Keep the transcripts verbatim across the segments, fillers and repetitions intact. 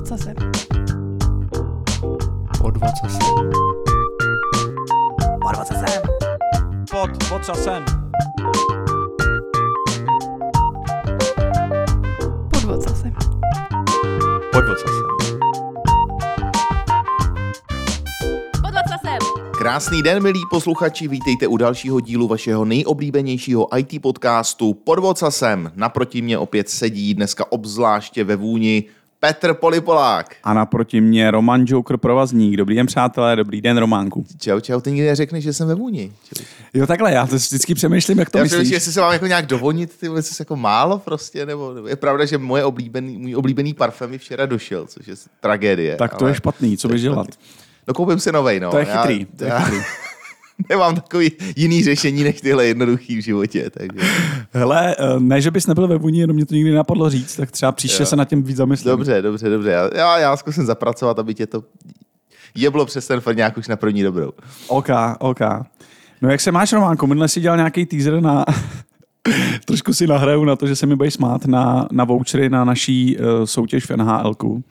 ocasem. Pod ocasem. Pod ocasem. Pod ocasem. Pod ocasem. Pod ocasem. Pod ocasem. Krásný den, milí posluchači, vítejte u dalšího dílu vašeho nejoblíbenějšího í té podcastu Pod ocasem. Naproti mě opět sedí dneska obzvláště ve vůni Petr Polipolák. A naproti mě Roman Joker Provazník. Dobrý den, přátelé, dobrý den, Románku. Čau, čau, ty nikdy neřekneš, že jsem ve vůni. Čau. Jo, takhle, já to vždycky přemýšlím, jak to Já myslíš. přemýšlím, jestli se mám jako nějak dovonit, ty vole, jsi jako málo prostě, nebo, nebo je pravda, že moje oblíbený, můj oblíbený parfém mi včera došel, což je tragédie. Tak to ale... je špatný, co bys dělat? No koupím si novej, no. To je chytrý, já, to je já... chytrý. Nemám takový jiný řešení, než tyhle jednoduchý v životě. Takže. Hele, ne, že bys nebyl ve vůni, jenom mě to nikdy nenapadlo říct, tak třeba příště jo. se nad tím víc zamyslím. Dobře, dobře, dobře. Já, já zkusím zapracovat, aby tě to jeblo přes ten nějak už na první dobrou. OK, OK. No jak se máš, Románko? Minule si dělal nějaký teaser na... Trošku si nahraju na to, že se mi budeš smát na, na vouchery na naší uh, soutěž v N H L ku.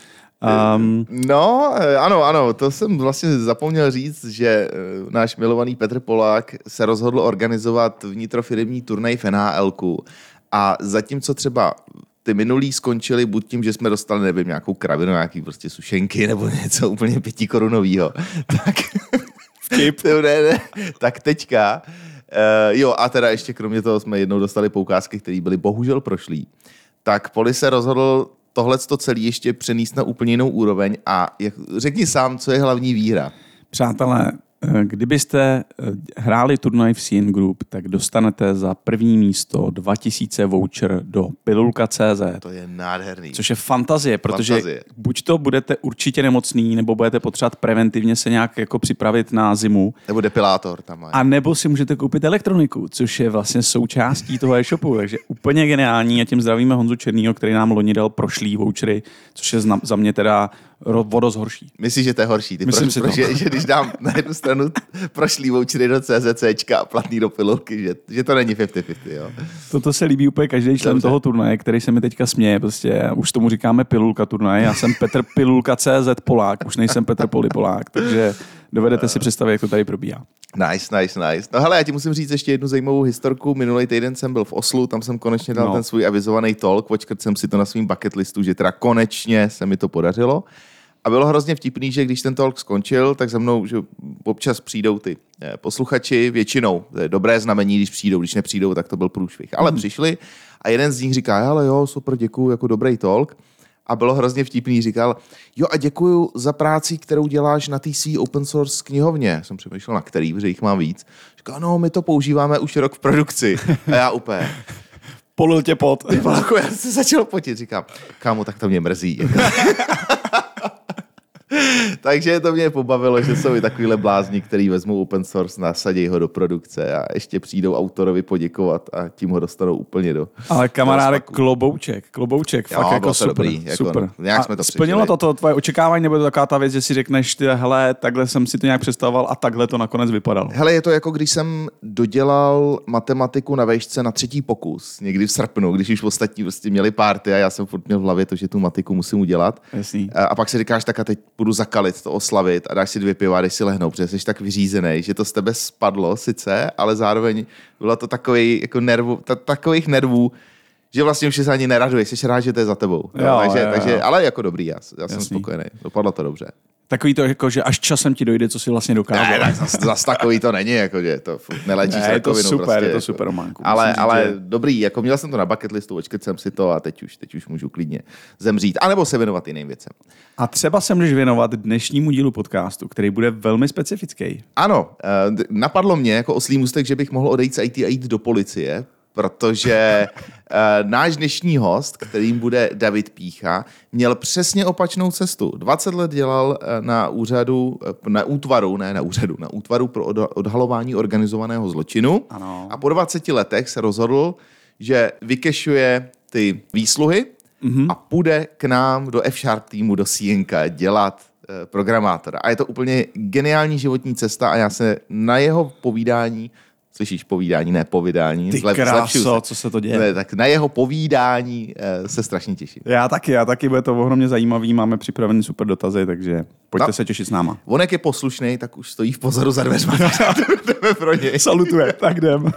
Um, no, ano, ano, to jsem vlastně zapomněl říct, že náš milovaný Petr Polák se rozhodl organizovat vnitrofiremní turnaj v N H L ku a zatímco třeba ty minulý skončili buď tím, že jsme dostali, nevím, nějakou kravinu, nějaký prostě sušenky nebo něco úplně pětikorunovýho, tak, Vtip. ne, ne, tak teďka, uh, jo a teda ještě kromě toho jsme jednou dostali poukázky, které byly bohužel prošlý, tak Poli se rozhodl tohleto celý ještě přenést na úplně jinou úroveň a jak, řekni sám, co je hlavní výhra. Přátelé, kdybyste hráli turnaj v C N Group, tak dostanete za první místo dva tisíce voucher do pilulka tečka cé zet. To je nádherný. Což je fantazie, protože fantazie. Buď to budete určitě nemocný, nebo budete potřebovat preventivně se nějak jako připravit na zimu. Nebo depilátor tam mají. A nebo si můžete koupit elektroniku, což je vlastně součástí toho e-shopu, takže úplně geniální a tím zdravíme Honzu Černýho, který nám loni dal prošlý vouchery, což je za mě teda vodost horší. Myslíš, že to je horší? Ty Myslím proč, si to. Proč, že, že když dám na jednu stranu prošlý vouchery do CZCčka a platný do pilulky, že, že to není padesát na padesát, jo? Toto se líbí úplně každý člen Dobře. toho turnaje, který se mi teďka směje. Prostě už tomu říkáme pilulka turnaj. Já jsem Petr Pilulka tečka cé zet Polák, už nejsem Petr Polipolák, takže dovedete si představit, jak to tady probíhá. Nice, nice, nice. No hele, já ti musím říct ještě jednu zajímavou historku. Minulý týden jsem byl v Oslu, tam jsem konečně dal no. ten svůj avizovaný talk, počkrt jsem si to na svým bucket listu, že teda konečně se mi to podařilo. A bylo hrozně vtipný, že když ten talk skončil, tak za mnou že občas přijdou ty posluchači, většinou. To je dobré znamení, když přijdou, když nepřijdou, tak to byl průšvih. Ale mm. přišli a jeden z nich říká, ale jo, super, děkuju, jako dobrý talk. A bylo hrozně vtipný, říkal, jo a děkuju za práci, kterou děláš na té svý open source knihovně. Jsem přemýšlel, na který, protože jich mám víc. Říkal, no, my to používáme už rok v produkci. A já úplně... Polil tě pot. Jako já se začal potit, říkám, kámo, tak to mě mrzí. Takže to mě pobavilo, že jsou i takovýhle blázni, který vezmou open source, nasadí ho do produkce a ještě přijdou autorovi poděkovat a tím ho dostanou úplně do... Ale kamaráde, klobouček, klobouček, jo, fakt jako super, dobrý, jako super. No, nějak jsme to splnilo to, to tvoje očekávání, nebo je to taková ta věc, že si řekneš, ty, hele, takhle jsem si to nějak představoval a takhle to nakonec vypadalo. Hele, je to jako když jsem dodělal matematiku na vejšce na třetí pokus, někdy v srpnu, když už ostatní prostě měli party a já jsem furt měl v hlavě to, že tu matiku musím udělat. Jasný. A, a pak si říkáš, tak a teď budu zakalit, to oslavit a dáš si dvě piva a jdeš si lehnout, protože jsi tak vyřízený, že to z tebe spadlo sice, ale zároveň bylo to takový, jako nervu, ta, takových nervů, že vlastně už se ani neraduješ, jsi rád, že to je za tebou. Jo, jo, takže, jo, jo. takže, ale jako dobrý, já, já jsem spokojený, dopadlo to dobře. Takový to, jako, že až časem ti dojde, co si vlastně dokázal. Ne, tak zas, zas takový to není, jako, že to nelečíš ne, rakovinu. Je to super, prostě, je to jako. super, Románku. Ale, Musím ale říct, že... dobrý, jako měl jsem to na bucket listu, očkrt jsem si to a teď už, teď už můžu klidně zemřít. A nebo se věnovat jiným věcem. A třeba se můžeš věnovat dnešnímu dílu podcastu, který bude velmi specifický. Ano, napadlo mě jako oslý můstek, že bych mohl odejít z í té a jít do policie, protože uh, náš dnešní host, kterým bude David Pícha, měl přesně opačnou cestu. dvacet let dělal uh, na úřadu, uh, na útvaru, ne na úřadu, na útvaru pro od, odhalování organizovaného zločinu. Ano. A po dvaceti letech se rozhodl, že vykešuje ty výsluhy mm-hmm. a půjde k nám do F-Sharp týmu, do C N K dělat uh, programátora. A je to úplně geniální životní cesta a já se na jeho povídání Slyšíš, povídání, ne povídání. Ty Zlep, kráso, co se to děje? Ne, tak na jeho povídání eh, se strašně těším. Já taky, já taky, bude to ohromně zajímavý, máme připravený super dotazy, takže pojďte No. se těšit s náma. On jak je poslušný, tak už stojí v pozoru za dveřma. Jdeme pro něj. Salutuje, tak jdem.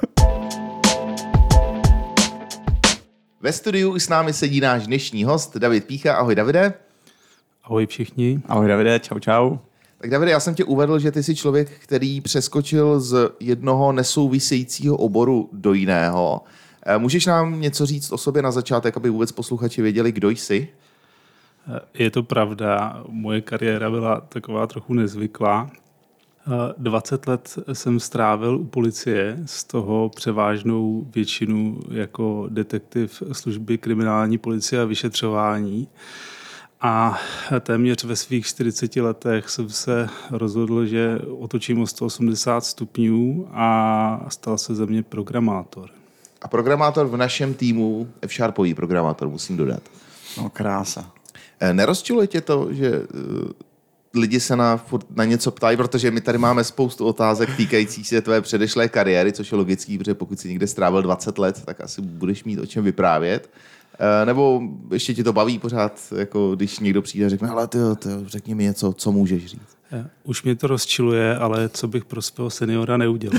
Ve studiu s námi sedí náš dnešní host David Pícha. Ahoj, Davide. Ahoj všichni. Ahoj Davide, čau čau. Tak Davide, já jsem tě uvedl, že ty jsi člověk, který přeskočil z jednoho nesouvisejícího oboru do jiného. Můžeš nám něco říct o sobě na začátek, aby vůbec posluchači věděli, kdo jsi? Je to pravda, moje kariéra byla taková trochu nezvyklá. dvacet let jsem strávil u policie, z toho převážnou většinu jako detektiv služby kriminální policie a vyšetřování. A téměř ve svých čtyřiceti letech jsem se rozhodl, že otočím o sto osmdesát stupňů a stal se ze mě programátor. A programátor v našem týmu, F-Sharpový programátor, musím dodat. No krása. Nerozčiluje tě to, že lidi se na, na něco ptají, protože my tady máme spoustu otázek týkajících se tvé předešlé kariéry, což je logický, protože pokud jsi někde strávil dvacet let, tak asi budeš mít o čem vyprávět. Nebo ještě ti to baví pořád, jako když někdo přijde a řekne, ale ty, ty, řekni mi něco, co můžeš říct. Už mě to rozčiluje, ale co bych pro svého seniora neudělal.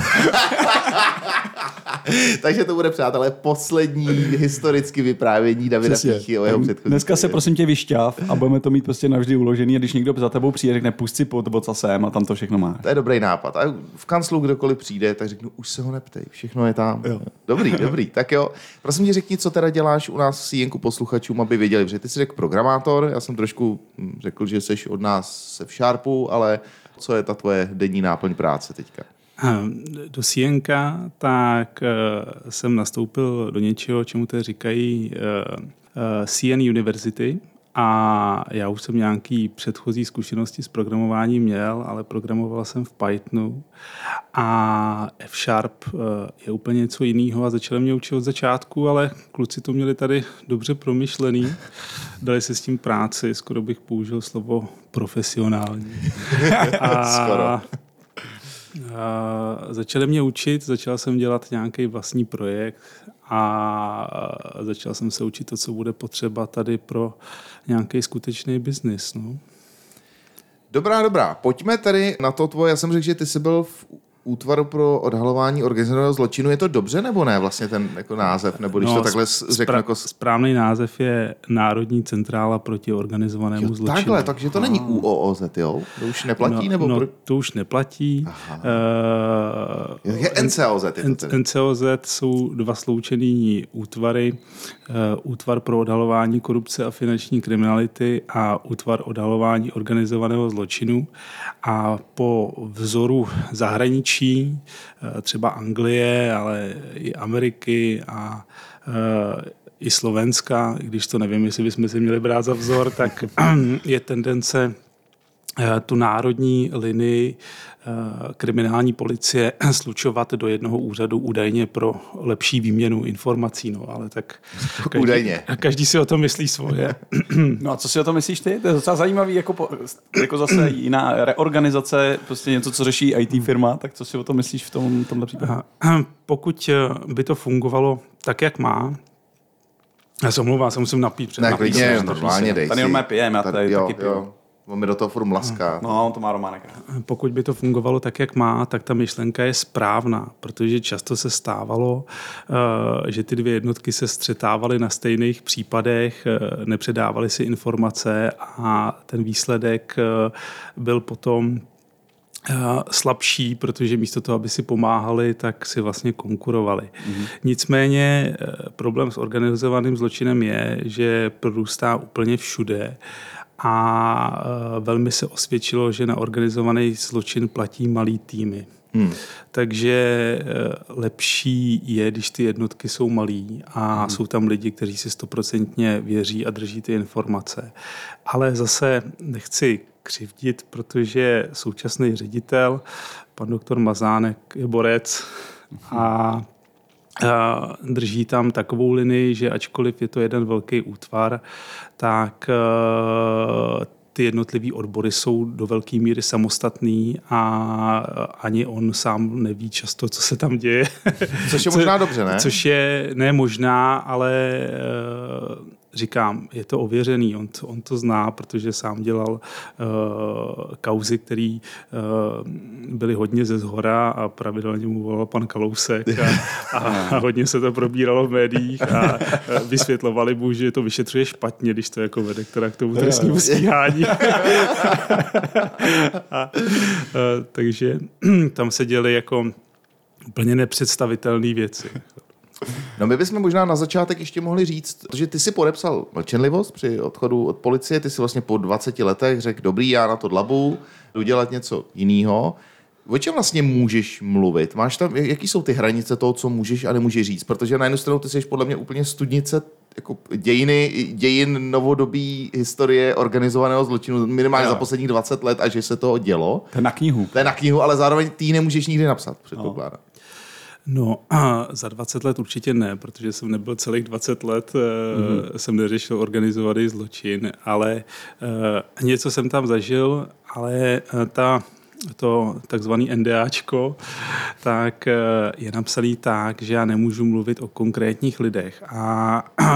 Takže to bude, přátelé, poslední historicky vyprávění Davida Píchy o jeho předchozí. Dneska se prosím tě vyšťáv a budeme to mít prostě navždy uložený a když někdo za tebou přijde, řekne pusť si pod vocasem a tam to všechno má. To je dobrý nápad. A v kanclu kdokoliv přijde, tak řeknu, už se ho neptej, všechno je tam. Jo. Dobrý, dobrý. Tak jo, prosím tě řekni, co teda děláš u nás v C N ku posluchačům, aby věděli, že ty jsi řekl programátor, já jsem trošku řekl, že jsi od nás se v Sharpu, ale co je ta tvoje denní náplň práce teďka? Do C N ka tak uh, jsem nastoupil do něčeho, čemu to říkají uh, uh, C N University a já už jsem nějaký předchozí zkušenosti s programováním měl, ale programoval jsem v Pythonu a F-Sharp uh, je úplně něco jiného a začali mě učit od začátku, ale kluci to měli tady dobře promyšlený, dali se s tím práci, skoro bych použil slovo profesionální. A Skoro. Uh, začali mě učit, začal jsem dělat nějaký vlastní projekt a začal jsem se učit to, co bude potřeba tady pro nějaký skutečný biznis. No. Dobrá, dobrá. Pojďme tady na to tvoje. Já jsem řekl, že ty jsi byl v útvaru pro odhalování organizovaného zločinu. Je to dobře nebo ne vlastně ten jako název? Nebo když no, to takhle řeknu spra- jako... Správný název je Národní centrála proti organizovanému Jo, zločinu. takhle, takže to není U O O Z, jo? To už neplatí? No, nebo no, pro... to už neplatí. Uh, Je N C O Z. Je to tedy. N C O Z jsou dva sloučený útvary. Útvar pro odhalování korupce a finanční kriminality a útvar odhalování organizovaného zločinu. A po vzoru zahraničí, třeba Anglie, ale i Ameriky a i Slovenska, i když to nevím, jestli bychom si měli brát za vzor, tak je tendence tu národní linii kriminální policie slučovat do jednoho úřadu údajně pro lepší výměnu informací, no, ale tak každý, Údajně. každý si o tom myslí svoje. No a co si o tom myslíš ty? To je docela zajímavý, jako, po, jako zase jiná reorganizace, prostě něco, co řeší I T firma, tak co si o tom myslíš v tom, tomhle případě? Pokud by to fungovalo tak, jak má, já se omlouvám, se musím napít před Ne, napít. klidně, normálně dej si. Tady jenom pijeme, já tady jo, taky piju. jo. On mi do toho furt mlaská. No, on to má Románek. Pokud by to fungovalo tak, jak má, tak ta myšlenka je správná, protože často se stávalo, že ty dvě jednotky se střetávaly na stejných případech, nepředávaly si informace a ten výsledek byl potom slabší, protože místo toho, aby si pomáhali, tak si vlastně konkurovali. Mm-hmm. Nicméně problém s organizovaným zločinem je, že prorůstá úplně všude a velmi se osvědčilo, že na organizovaný zločin platí malý týmy. Hmm. Takže lepší je, když ty jednotky jsou malý a hmm. jsou tam lidi, kteří si stoprocentně věří a drží ty informace. Ale zase nechci křivdit, protože současný ředitel, pan doktor Mazánek, je borec hmm. a drží tam takovou linii, že ačkoliv je to jeden velký útvar, tak ty jednotlivý odbory jsou do velké míry samostatný a ani on sám neví často, co se tam děje. Což je možná dobře, ne? Což je ne možná, ale říkám, je to ověřený, on to, on to zná, protože sám dělal uh, kauzy, které uh, byly hodně ze zhora a pravidelně mu volal pan Kalousek a, a, a hodně se to probíralo v médiích a uh, vysvětlovali mu, že to vyšetřuje špatně, když to jako vede teda k tomu trestnímu stíhání. a, uh, takže tam se děly jako úplně nepředstavitelné věci. No my bychom možná na začátek ještě mohli říct, že ty si podepsal mlčenlivost při odchodu od policie, ty si vlastně po dvaceti letech řekl, dobrý, já na to dlabu, jdu dělat něco jiného. O čem vlastně můžeš mluvit? Máš tam, jaký jsou ty hranice toho, co můžeš a nemůžeš říct? Protože na jednu stranu ty jsi podle mě úplně studnice jako dějiny, dějin novodobí historie organizovaného zločinu minimálně no. za posledních dvacet let a že se to dělo. To je na knihu. To je na knihu, ale zároveň ty nemůžeš nikdy napsat, předpokládám. No. No a za dvacet let určitě ne, protože jsem nebyl celých dvacet let, mm-hmm. jsem neřešil organizovaný zločin, ale uh, něco jsem tam zažil, ale uh, ta, to takzvaný NDAčko, tak uh, je napsaný tak, že já nemůžu mluvit o konkrétních lidech a uh,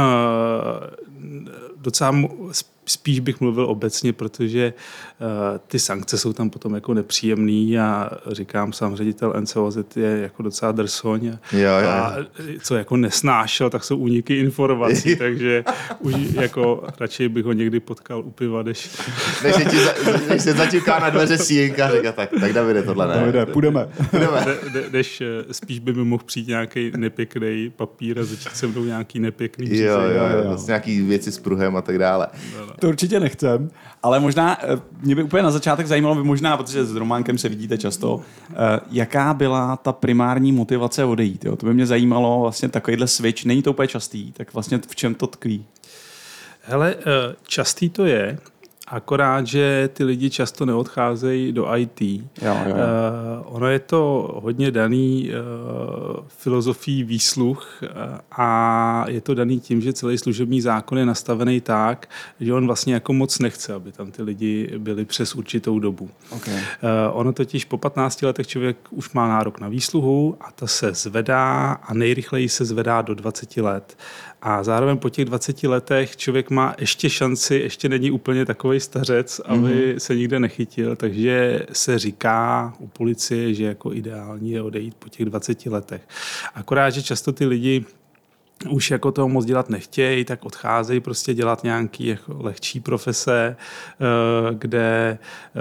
docela spíš bych mluvil obecně, protože uh, ty sankce jsou tam potom jako nepříjemný a říkám, sám ředitel N C O Z je jako docela drsoň a, jo, jo. a co jako nesnášel, tak jsou úniky informací, takže už jako radši bych ho někdy potkal u piva, než... než se, ti za, než se zatíká na dveře síjenka a říká, tak, tak Davide, tohle ne. Davide, půjdeme. půjdeme. Ne, ne, než spíš by mi mohl přijít nějaký nepěkný papír a začít se mnou nějaký nepěkný řízení. Jo, jo, jo, vlastně nějaký věci s pruhem a tak dále. No, no. To určitě nechcem, ale možná, mě by úplně na začátek zajímalo, by možná, protože s Románkem se vidíte často, jaká byla ta primární motivace odejít. Jo? To by mě zajímalo, vlastně takovýhle switch, není to úplně častý, tak vlastně v čem to tkví? Hele, častý to je, akorát, že ty lidi často neodcházejí do í té. Jo, jo, jo. Uh, ono je to hodně daný uh, filozofií výsluh uh, a je to daný tím, že celý služební zákon je nastavený tak, že on vlastně jako moc nechce, aby tam ty lidi byli přes určitou dobu. Okay. Uh, ono totiž po patnácti letech člověk už má nárok na výsluhu a ta se zvedá a nejrychleji se zvedá do dvaceti let. A zároveň po těch dvaceti letech člověk má ještě šanci, ještě není úplně takovej stařec, aby mm-hmm. se nikde nechytil, takže se říká u policie, že jako ideální je odejít po těch dvaceti letech. Akorát, že často ty lidi už jako toho moc dělat nechtějí, tak odcházejí prostě dělat nějaký jako lehčí profese, kde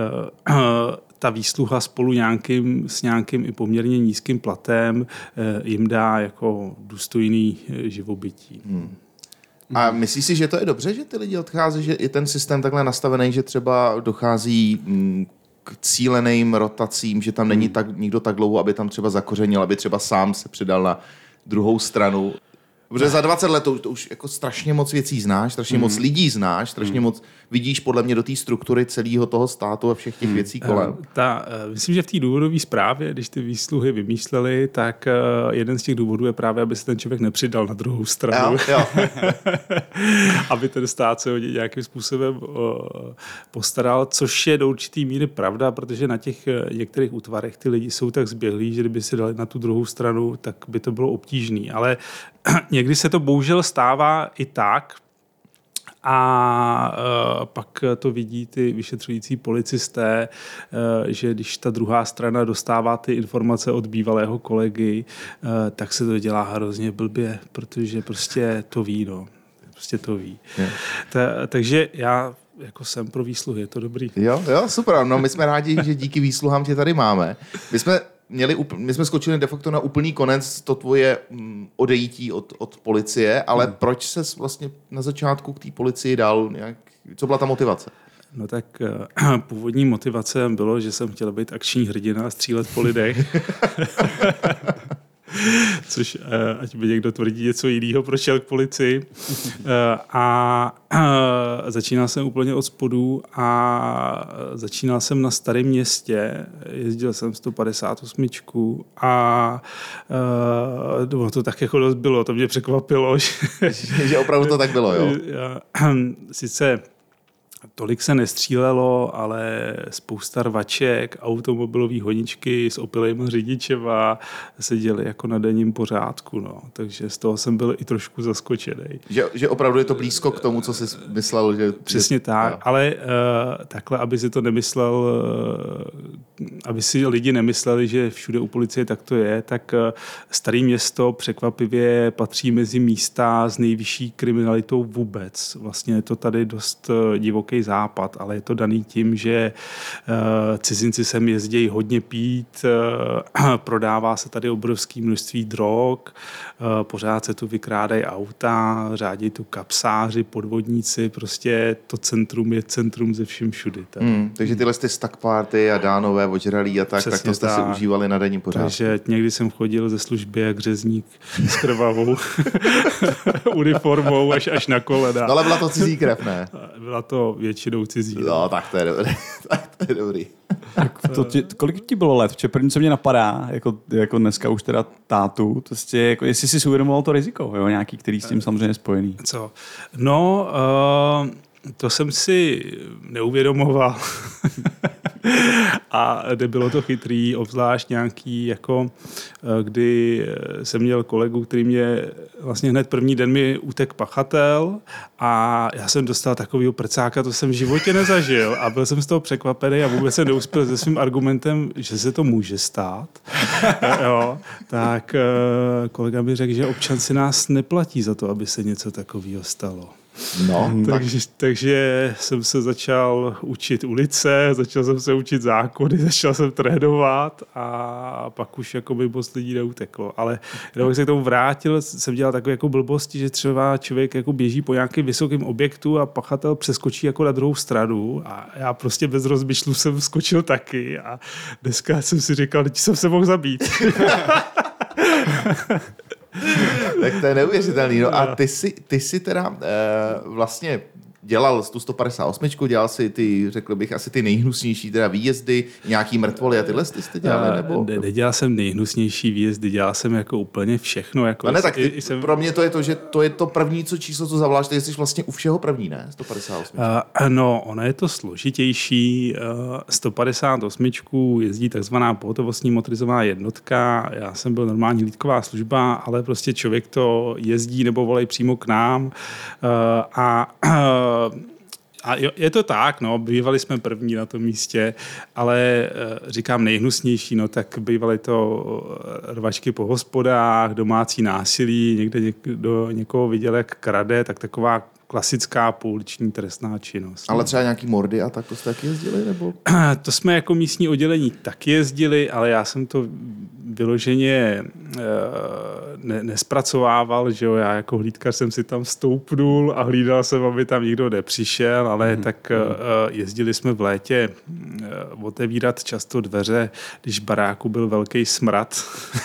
ta výsluha spolu nějakým, s nějakým i poměrně nízkým platem jim dá jako důstojný živobytí. Hmm. A myslíš si, že to je dobře, že ty lidi odchází, že je ten systém takhle nastavený, že třeba dochází k cíleným rotacím, že tam není tak, nikdo tak dlouho, aby tam třeba zakořenil, aby třeba sám se přidal na druhou stranu? Protože za dvacet let to, to už jako strašně moc věcí znáš, strašně mm. moc lidí znáš, strašně mm. moc vidíš podle mě do té struktury celého toho státu a všech těch mm. věcí kolem. Ta, myslím, že v té důvodové zprávě, když ty výsluhy vymýšleli, tak jeden z těch důvodů je právě, aby se ten člověk nepřidal na druhou stranu. Jo, jo. Aby ten stát se o ně nějakým způsobem postaral, což je do určitý míry pravda, protože na těch některých útvarech ty lidi jsou tak zběhlí, že kdyby si dali na tu druhou stranu, tak by to bylo obtížné. Ale někdy se to bohužel stává i tak, a uh, pak to vidí ty vyšetřující policisté, uh, že když ta druhá strana dostává ty informace od bývalého kolegy, uh, tak se to dělá hrozně blbě, protože prostě to ví, no. Prostě to ví. Yeah. Ta, takže já jako jsem pro výsluhy, je to dobrý. Jo, jo, super. No my jsme rádi, že díky výsluhám tě tady máme. My jsme Měli, my jsme skočili de facto na úplný konec to tvoje mm, odejítí od, od policie, ale hmm. proč ses vlastně na začátku k té policii dal? Nějak, co byla ta motivace? No tak uh, původní motivace bylo, že jsem chtěl být akční hrdina a střílet po lidech. Což, uh, ať by někdo tvrdí něco jiného, proč šel k policii. Uh, a uh, začínal jsem úplně od spodu a začínal jsem na Starém Městě. Jezdil jsem sto padesát osm a uh, to tak jako dost bylo. To mě překvapilo. Že, že opravdu to tak bylo, jo? Uh, sice Tolik se nestřílelo, ale spousta rvaček, automobilový honičky s opilejma řidičema se děly jako na denním pořádku. No. Takže z toho jsem byl i trošku zaskočený. Že, že opravdu je to blízko k tomu, co jsi myslel. Že, Přesně že, tak, no. ale uh, takhle, aby si to nemyslel, uh, aby si lidi nemysleli, že všude u policie tak to je, tak uh, Staré Město překvapivě patří mezi místa s nejvyšší kriminalitou vůbec. Vlastně je to tady dost uh, divoký západ, ale je to daný tím, že uh, cizinci sem jezdí hodně pít, uh, prodává se tady obrovské množství drog, uh, pořád se tu vykrádají auta, řádí tu kapsáři, podvodníci, prostě to centrum je centrum ze vším všudy. Hmm, takže tyhle ty stack party a dánové, ožralí a tak, Přesně tak to jste tak. si užívali na denním pořádku. Takže někdy jsem chodil ze služby jak řezník s krvavou uniformou až, až na kolena. No ale byla to cizí krev, ne? Byla to většinou cizí. No, tak to je dobrý. tak to je dobrý. Tak to ti, kolik ti bylo let? První, co mě napadá, jako, jako dneska už teda tátu, to je, jako, jestli jsi si uvědomoval to riziko, jo, nějaký, který s tím samozřejmě spojený. Co? No, uh, to jsem si neuvědomoval. A nebylo to chytrý, obzvlášť nějaký, jako kdy jsem měl kolegu, který mě vlastně hned první den mi utek pachatel a já jsem dostal takovýho prcáka, to jsem v životě nezažil a byl jsem z toho překvapený a vůbec jsem neuspěl se svým argumentem, že se to může stát. Jo, tak kolega mi řekl, že občan si nás neplatí za to, aby se něco takového stalo. No, takže, tak. takže jsem se začal učit ulice, začal jsem se učit zákony, začal jsem trénovat a pak už jako by moc lidí neuteklo. Ale když se k tomu vrátil, jsem dělal takové jako blbosti, že třeba člověk jako běží po nějakém vysokém objektu a pachatel přeskočí jako na druhou stranu a já prostě bez rozmyšlů jsem skočil taky a dneska jsem si říkal, že jsem se mohl zabít. Tak to je neuvěřitelný. No a ty jsi, ty jsi teda e, vlastně dělal tu sto padesát osm, dělal si ty, řekl bych, asi ty nejhnusnější teda výjezdy, nějaký mrtvoly a tyhle ty jste dělali, nebo? Ne, nedělal jsem nejhnusnější výjezdy, dělal jsem jako úplně všechno. Jako no ne, tak ty, jsem... pro mě to je to, že to je to první, co číslo, co zavoláš, ty jsi vlastně u všeho první, ne? sto padesát osm. Uh, no, ono je to složitější. Uh, sto padesát osm jezdí takzvaná pohotovostní motorizovaná jednotka. Já jsem byl normální hlídková služba, ale prostě člověk to jezdí nebo volej přímo k nám uh, a uh, A je to tak, no, bývali jsme první na tom místě, ale říkám nejhnusnější, no, tak bývaly to rvačky po hospodách, domácí násilí, někde někdo někoho viděl, jak krade, tak taková klasická pouliční trestná činnost. Ale třeba nějaký mordy a tak to jste taky jezdili? Nebo? To jsme jako místní oddělení taky jezdili, ale já jsem to vyloženě ne, nespracovával, že jo, já jako hlídkař jsem si tam stoupnul a hlídal jsem, aby tam nikdo nepřišel, ale mm. tak jezdili jsme v létě otevírat často dveře, když v baráku byl velký smrad,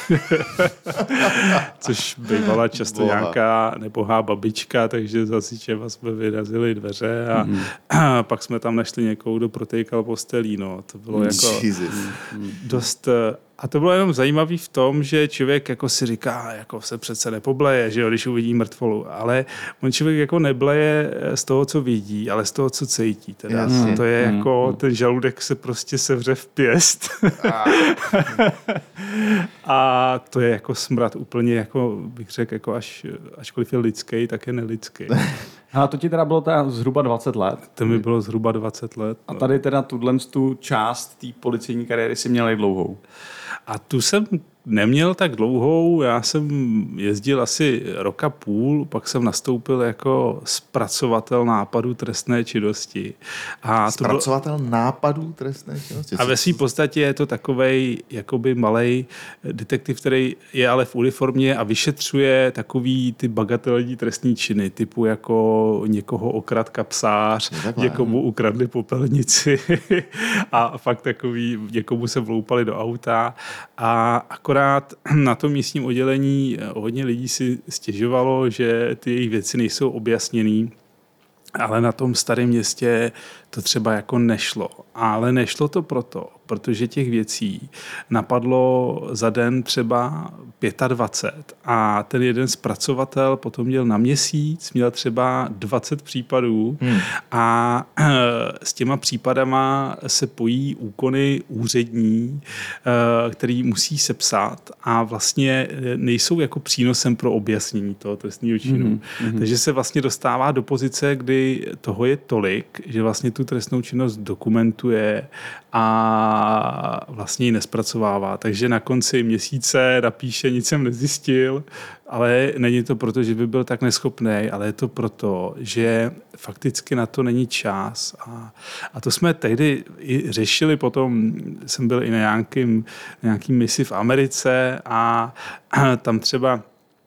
což bývala často Boha. nějaká nebohá babička, takže zase jsme vyrazili dveře a, mm. a pak jsme tam našli někoho, kdo protékal postelí. No. To bylo jako dost... A to bylo jenom zajímavé v tom, že člověk jako si říká, jako se přece nepobleje, že jo, když uvidí mrtvolu, ale on člověk jako nebleje z toho, co vidí, ale z toho, co cítí. Teda. Jasně. To je Mm. jako, ten žaludek se prostě sevře v pěst. A to je jako smrad úplně, jako bych řekl, jako až, ačkoliv je lidský, tak je nelidský. A to ti teda bylo teda zhruba dvacet let. To mi bylo zhruba dvacet let. A tady teda tuhle tu část té policejní kariéry si měl dlouhou. A tu jsem neměl tak dlouhou, já jsem jezdil asi roka půl, pak jsem nastoupil jako zpracovatel nápadů trestné činnosti. A zpracovatel bylo... nápadů trestné činnosti? A ve své podstatě je to takovej jakoby malej detektiv, který je ale v uniformě a vyšetřuje takový ty bagatelní trestní činy, typu jako někoho okrad kapsář, někomu ukradli popelnici a fakt takový, někomu se vloupali do auta a akorát na tom místním oddělení hodně lidí si stěžovalo, že ty jejich věci nejsou objasněný, ale na tom Starém Městě to třeba jako nešlo. Ale nešlo to proto, protože těch věcí napadlo za den třeba dvacet pět a ten jeden zpracovatel potom měl na měsíc, měl třeba dvacet případů hmm. a s těma případama se pojí úkony úřední, který musí sepsat a vlastně nejsou jako přínosem pro objasnění toho trestního činu. Hmm. Takže se vlastně dostává do pozice, kdy toho je tolik, že vlastně tu trestnou činnost dokumentuje a vlastně ji nespracovává. Takže na konci měsíce napíše, nic jsem nezjistil, ale není to proto, že by byl tak neschopný, ale je to proto, že fakticky na to není čas. A, a to jsme tehdy i řešili, potom jsem byl i na nějakým, nějaký misi v Americe a, a tam třeba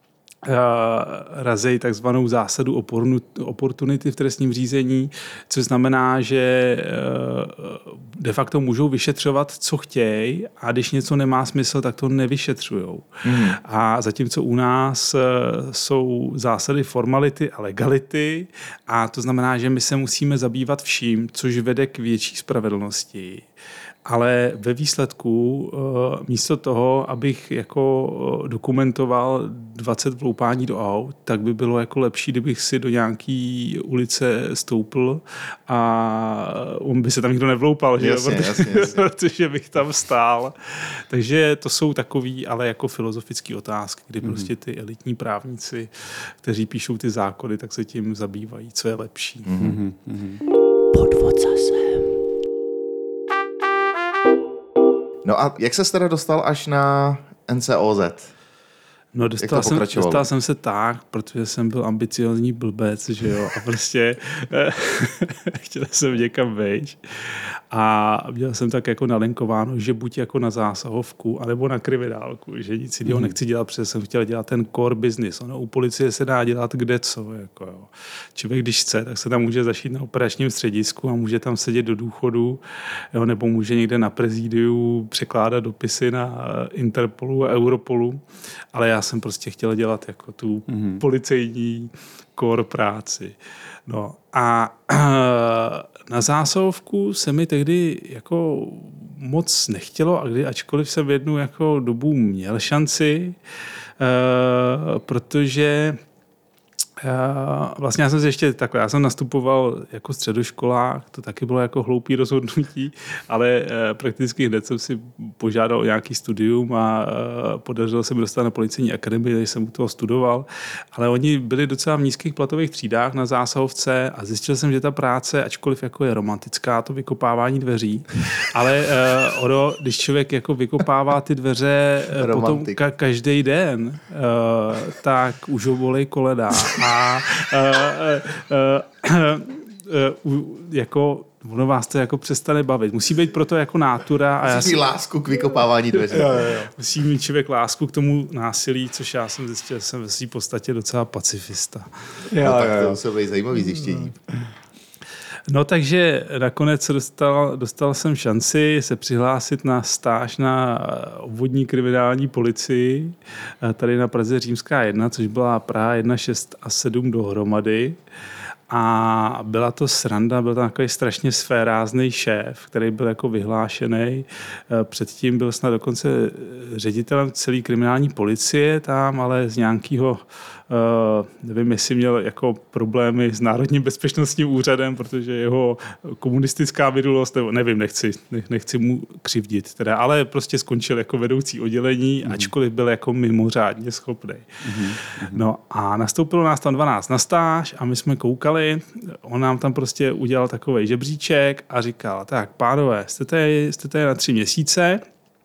razej takzvanou zásadu oportunity v trestním řízení, což znamená, že de facto můžou vyšetřovat, co chtějí a když něco nemá smysl, tak to nevyšetřujou. Mm. A zatímco u nás jsou zásady formality a legality a to znamená, že my se musíme zabývat vším, což vede k větší spravedlnosti. Ale ve výsledku místo toho, abych jako dokumentoval dvacet vloupání do aut, tak by bylo jako lepší, kdybych si do nějaký ulice stoupl a on by se tam nikdo nevloupal, že? Jasně, protože, jasně, jasně. protože bych tam stál. Takže to jsou takový, ale jako filozofické otázky, kdy mm-hmm. prostě ty elitní právníci, kteří píšou ty zákony, tak se tím zabývají, co je lepší. Mm-hmm. Podvod zase. No a jak ses teda dostal až na N C O Z? No dostal jsem, dostal jsem se tak, protože jsem byl ambiciozní blbec, že jo, a prostě chtěl jsem někam vejít a měl jsem tak jako nalinkováno, že buď jako na zásahovku, anebo na kriminálku, že nic jiného mm. nechci dělat, protože jsem chtěl dělat ten core business. Ono u policie se dá dělat kde co, jako jo. Člověk, když chce, tak se tam může začít na operačním středisku a může tam sedět do důchodu, jo, nebo může někde na prezidiu překládat dopisy na Interpolu a Europolu, ale já jsem prostě chtěl dělat jako tu mm. policejní core práci. No a na zásahovku se mi tehdy jako moc nechtělo, a kdy, ačkoliv jsem jednu jako dobu měl šanci, uh, protože Já, vlastně já jsem se ještě takhle, já jsem nastupoval jako středoškolák, to taky bylo jako hloupý rozhodnutí, ale e, prakticky hned jsem si požádal o nějaký studium a e, podařilo se mi dostat na policejní akademii, kde jsem u toho studoval, ale oni byli docela v nízkých platových třídách na zásahovce a zjistil jsem, že ta práce, ačkoliv jako je romantická, to vykopávání dveří, ale e, ono, když člověk jako vykopává ty dveře e, potom ka- každý den, e, tak už ho bolej kolena. A uh, uh, uh, uh, jako ono vás to jako přestane bavit. Musí být proto jako nátura. A musí mít lásku k vykopávání dveří. Jo, jo, jo. Musí mít člověk lásku k tomu násilí, což já jsem zjistil, že jsem ve své podstatě docela pacifista. Jo, no, tak to musí být zajímavý zjištění. No takže nakonec dostal, dostal jsem šanci se přihlásit na stáž na obvodní kriminální policii tady na Praze Římská jedna, což byla Praha jedna, šest a sedm dohromady. A byla to sranda, byl tam takový strašně svérázný šéf, který byl jako vyhlášený. Předtím byl snad dokonce ředitelem celé kriminální policie tam, ale z nějakého, nevím, jestli měl jako problémy s Národním bezpečnostním úřadem, protože jeho komunistická minulost, nebo nevím, nechci, nechci mu křivdit, teda, ale prostě skončil jako vedoucí oddělení, mm. ačkoliv byl jako mimořádně schopný. Mm. No a nastoupilo nás tam dvanáct na stáž a my jsme koukali. On nám tam prostě udělal takovej žebříček a říkal, tak pánové, jste tady, jste tady na tři měsíce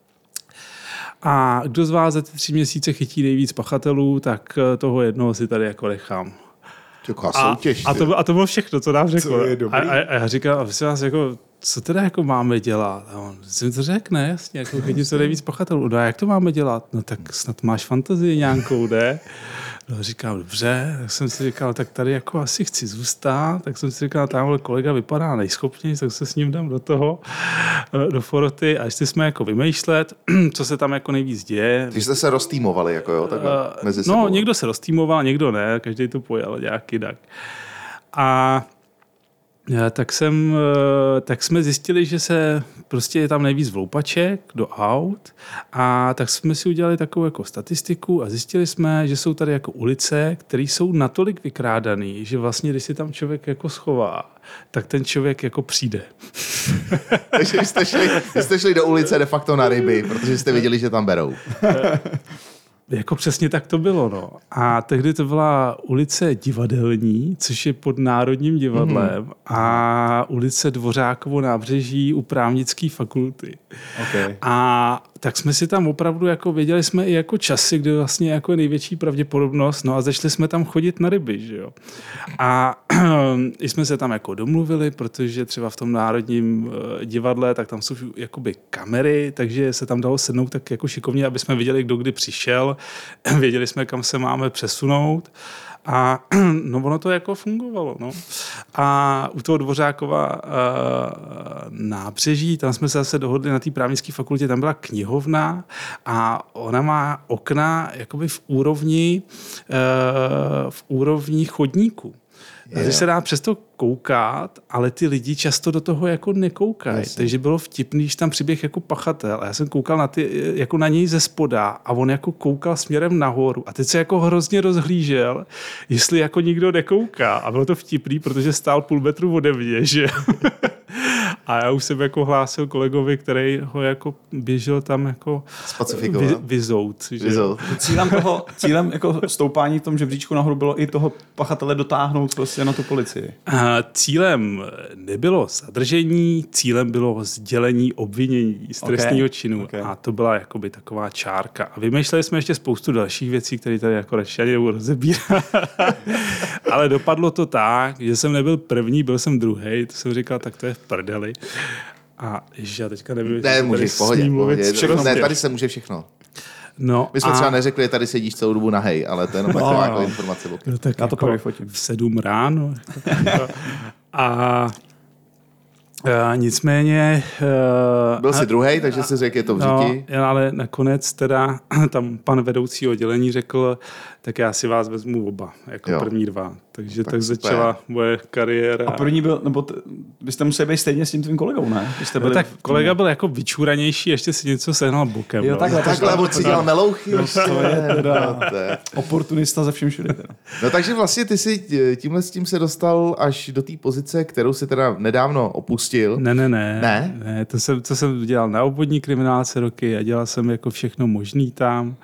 a kdo z vás za ty tři měsíce chytí nejvíc pachatelů, tak toho jednoho si tady jako nechám. A, a, to, a to bylo všechno, co nám řekl. A, a, a já říkal, a vás jako, co teda jako máme dělat? A on si mi to řekne, jasně, jako chytí co nejvíc pachatelů. No a jak to máme dělat? No tak snad máš fantazii nějakou, ne? No, říkám, dobře, tak jsem si říkal, tak tady jako asi chci zůstat, tak jsem si říkal, tamhle kolega vypadá nejschopněji, tak se s ním dám do toho, do foroty a ještě jsme jako vymýšlet, co se tam jako nejvíc děje. Takže jste se roztýmovali, jako jo, takhle uh, mezi sebou. No, někdo se roztýmoval, někdo ne, každý to pojal nějak jinak. A tak, jsem, tak jsme zjistili, že se prostě je tam nejvíc vloupaček do aut a tak jsme si udělali takovou jako statistiku a zjistili jsme, že jsou tady jako ulice, které jsou natolik vykrádané, že vlastně, když si tam člověk jako schová, tak ten člověk jako přijde. Takže jste šli, jste šli do ulice de facto na ryby, protože jste věděli, že tam berou. Jako přesně tak to bylo, no. A tehdy to byla ulice Divadelní, což je pod Národním divadlem, mm-hmm. a ulice Dvořákovo nábřeží u právnické fakulty. Okay. A tak jsme si tam opravdu, jako věděli jsme i jako časy, kdy vlastně jako je největší pravděpodobnost, no a začali jsme tam chodit na ryby, že jo. A i jsme se tam jako domluvili, protože třeba v tom Národním divadle, tak tam jsou jakoby kamery, takže se tam dalo sednout tak jako šikovně, aby jsme viděli, kdo kdy přišel, věděli jsme, kam se máme přesunout. A no ono to jako fungovalo. No. A u toho Dvořákova uh, nábřeží, tam jsme se zase dohodli na té právnické fakultě, tam byla knihovna a ona má okna jakoby v úrovni, uh, v úrovni chodníku. Takže se dá přesto koukat, ale ty lidi často do toho jako nekoukají. Jasně. Takže bylo vtipný, že tam přiběh jako pachatel a já jsem koukal na, ty, jako na něj ze spoda a on jako koukal směrem nahoru a teď se jako hrozně rozhlížel, jestli jako nikdo nekouká. A bylo to vtipný, protože stál půl metru ode mě, že? A já už jsem jako hlásil kolegovi, který ho jako běžel tam jako vy, vyzout. Že? vyzout. Cílem toho, cílem jako stoupání v tom žebříčku nahoru bylo i toho pachatele dotáhnout prostě na tu policii. A cílem nebylo zadržení, cílem bylo sdělení obvinění z trestního okay. činu. Okay. A to byla jakoby taková čárka. A vymýšleli jsme ještě spoustu dalších věcí, které tady jako radši ani nebudu rozebírat. Ale dopadlo to tak, že jsem nebyl první, byl jsem druhej. To jsem říkal, tak to je v prdeli. A ježiš, já teďka nevím, ne, můžeš, v pohodě, pohodě. Ne, tady se může všechno. No, my jsme a... třeba neřekli, tady sedíš celou dobu nahej, ale to je jenom taková no, no. informace. No, tak já to jako vyfotím. V sedm ráno. a... Uh, nicméně... Uh, Byl jsi druhej, takže jsi řekl, je to v řiti. No, ale nakonec teda tam pan vedoucí oddělení řekl, tak já si vás vezmu oba, jako jo. první dva. Takže tak, tak začala moje kariéra. A první byl, nebo t- byste museli být stejně s tím tvým kolegou, ne? Byste no, tak kolega byl jako vyčuranější, ještě si něco sehnal bokem. Jo, no. takhle, takhle, on si dělal melouchy. No, to je teda oportunista ze všem všude. No takže vlastně ty si tímhle s tím se dostal až do té pozice, kterou si teda nedávno opustil. Ne, ne, ne. Ne? ne to, jsem, to jsem dělal na obvodní kriminálce roky a dělal jsem jako všechno možný tam.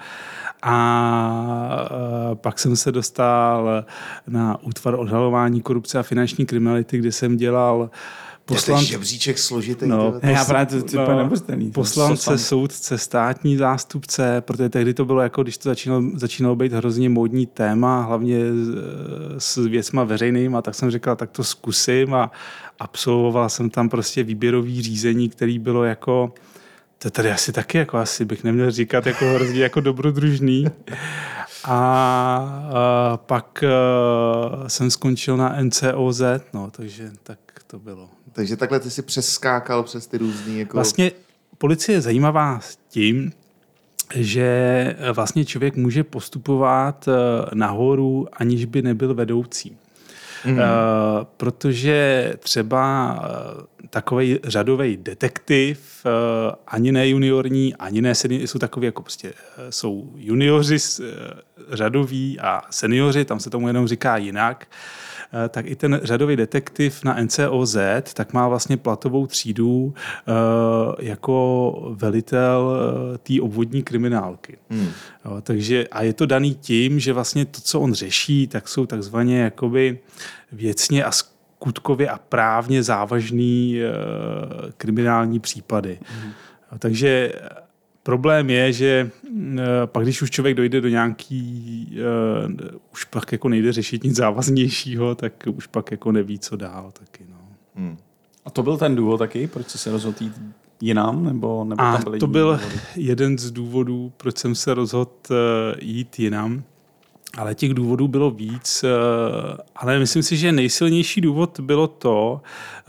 A pak jsem se dostal na útvar odhalování korupce a finanční kriminality, kde jsem dělal Poslan... žebříček složitý. No, posl... Já právě to, to no, neuvěřitelný. Poslance, soudce, státní zástupce, protože tehdy to bylo jako, když to začínalo, začínalo být hrozně módní téma, hlavně s věcma veřejnýma, tak jsem říkal, tak to zkusím a absolvoval jsem tam prostě výběrový řízení, který bylo jako, to tady asi taky, jako asi bych neměl říkat, jako hrozně jako dobrodružný. A, a pak a, jsem skončil na N C O Z, no, takže tak to bylo. Takže takhle ty si přeskákal přes ty různý... Jako... Vlastně policie je zajímavá s tím, že vlastně člověk může postupovat nahoru, aniž by nebyl vedoucí. Mm. Uh, protože třeba uh, takovej řadový detektiv, uh, ani ne juniorní, ani ne senior, jsou takový jako prostě uh, jsou junioři uh, řadoví a seniori, tam se tomu jenom říká jinak. Uh, tak i ten řadový detektiv na N C O Z tak má vlastně platovou třídu uh, jako velitel uh, té obvodní kriminálky. Mm. Jo, takže, a je to daný tím, že vlastně to, co on řeší, tak jsou takzvaně jakoby věcně a skutkově a právně závažný e, kriminální případy. Mm. Jo, takže problém je, že e, pak, když už člověk dojde do nějaký, e, už pak jako nejde řešit nic závaznějšího, tak už pak jako neví, co dál taky. No. Mm. A to byl ten důvod taky, proč se rozhodl jít jinam? Nebo, nebo a tam byly to byl důvody? jeden z důvodů, proč jsem se rozhodl jít jinam. Ale těch důvodů bylo víc. Ale myslím si, že nejsilnější důvod bylo to,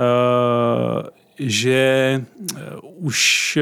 že už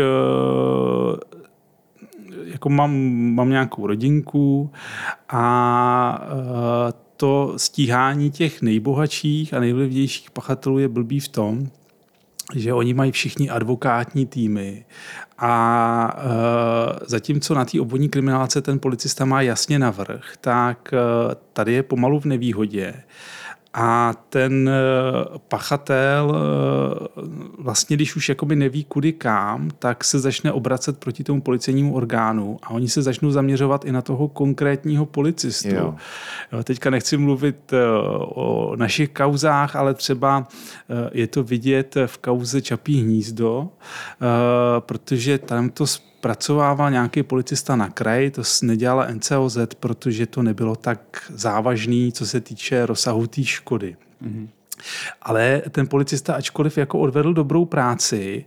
jako mám, mám nějakou rodinku a to stíhání těch nejbohatších a nejvlivnějších pachatelů je blbý v tom, že oni mají všichni advokátní týmy a e, zatímco na té obvodní kriminálce ten policista má jasně navrch, tak e, tady je pomalu v nevýhodě. A ten pachatel vlastně, když už jakoby neví kudy kam, tak se začne obracet proti tomu policejnímu orgánu a oni se začnou zaměřovat i na toho konkrétního policistu. Jo. Jo, teďka nechci mluvit o našich kauzách, ale třeba je to vidět v kauze Čapí hnízdo, protože tam to pracovával nějaký policista na kraji, to nedělala N C O Z, protože to nebylo tak závažný, co se týče rozsahu té škody. Mm-hmm. Ale ten policista, ačkoliv jako odvedl dobrou práci,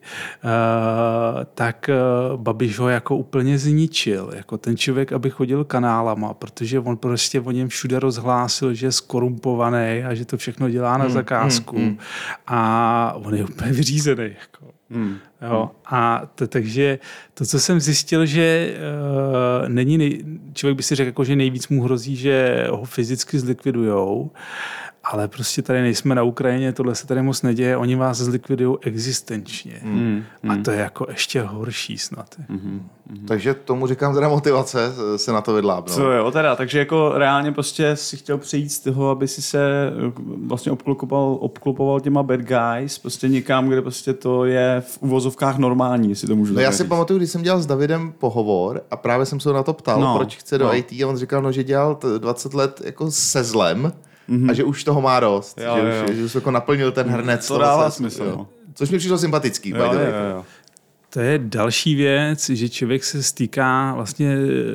tak Babiš ho jako úplně zničil. Jako ten člověk, aby chodil kanálama, protože on prostě o něm všude rozhlásil, že je skorumpovaný a že to všechno dělá na zakázku. Mm, mm, mm. A on je úplně vyřízený. Jako. Mm, jo. A to, takže to, co jsem zjistil, že uh, není nej... člověk by si řekl, jako, že nejvíc mu hrozí, že ho fyzicky zlikvidujou, ale prostě tady nejsme na Ukrajině, tohle se tady moc neděje, oni vás zlikvidují existenčně. Mm, mm. A to je jako ještě horší snad. Mm, mm. Takže tomu říkám teda motivace se na to vydlábnout. Co jo, teda, takže jako reálně prostě si chtěl přejít z toho, aby si se vlastně obklupoval, obklupoval těma bad guys, prostě někam, kde prostě to je v uvozovkách normální, jestli to můžu no, já si říct. pamatuju, když jsem dělal s Davidem pohovor a právě jsem se ho na to ptal, no, proč chce do no. í té a on říkal, no, že dělal dvacet let jako se zlem, mm-hmm. a že už toho má dost, jo, že, jo. Už, že už jako naplnil ten hrnec. To dává smysl. Jo. Což mi přišlo sympatický. Jo, jo, jo. To je další věc, že člověk se stýká vlastně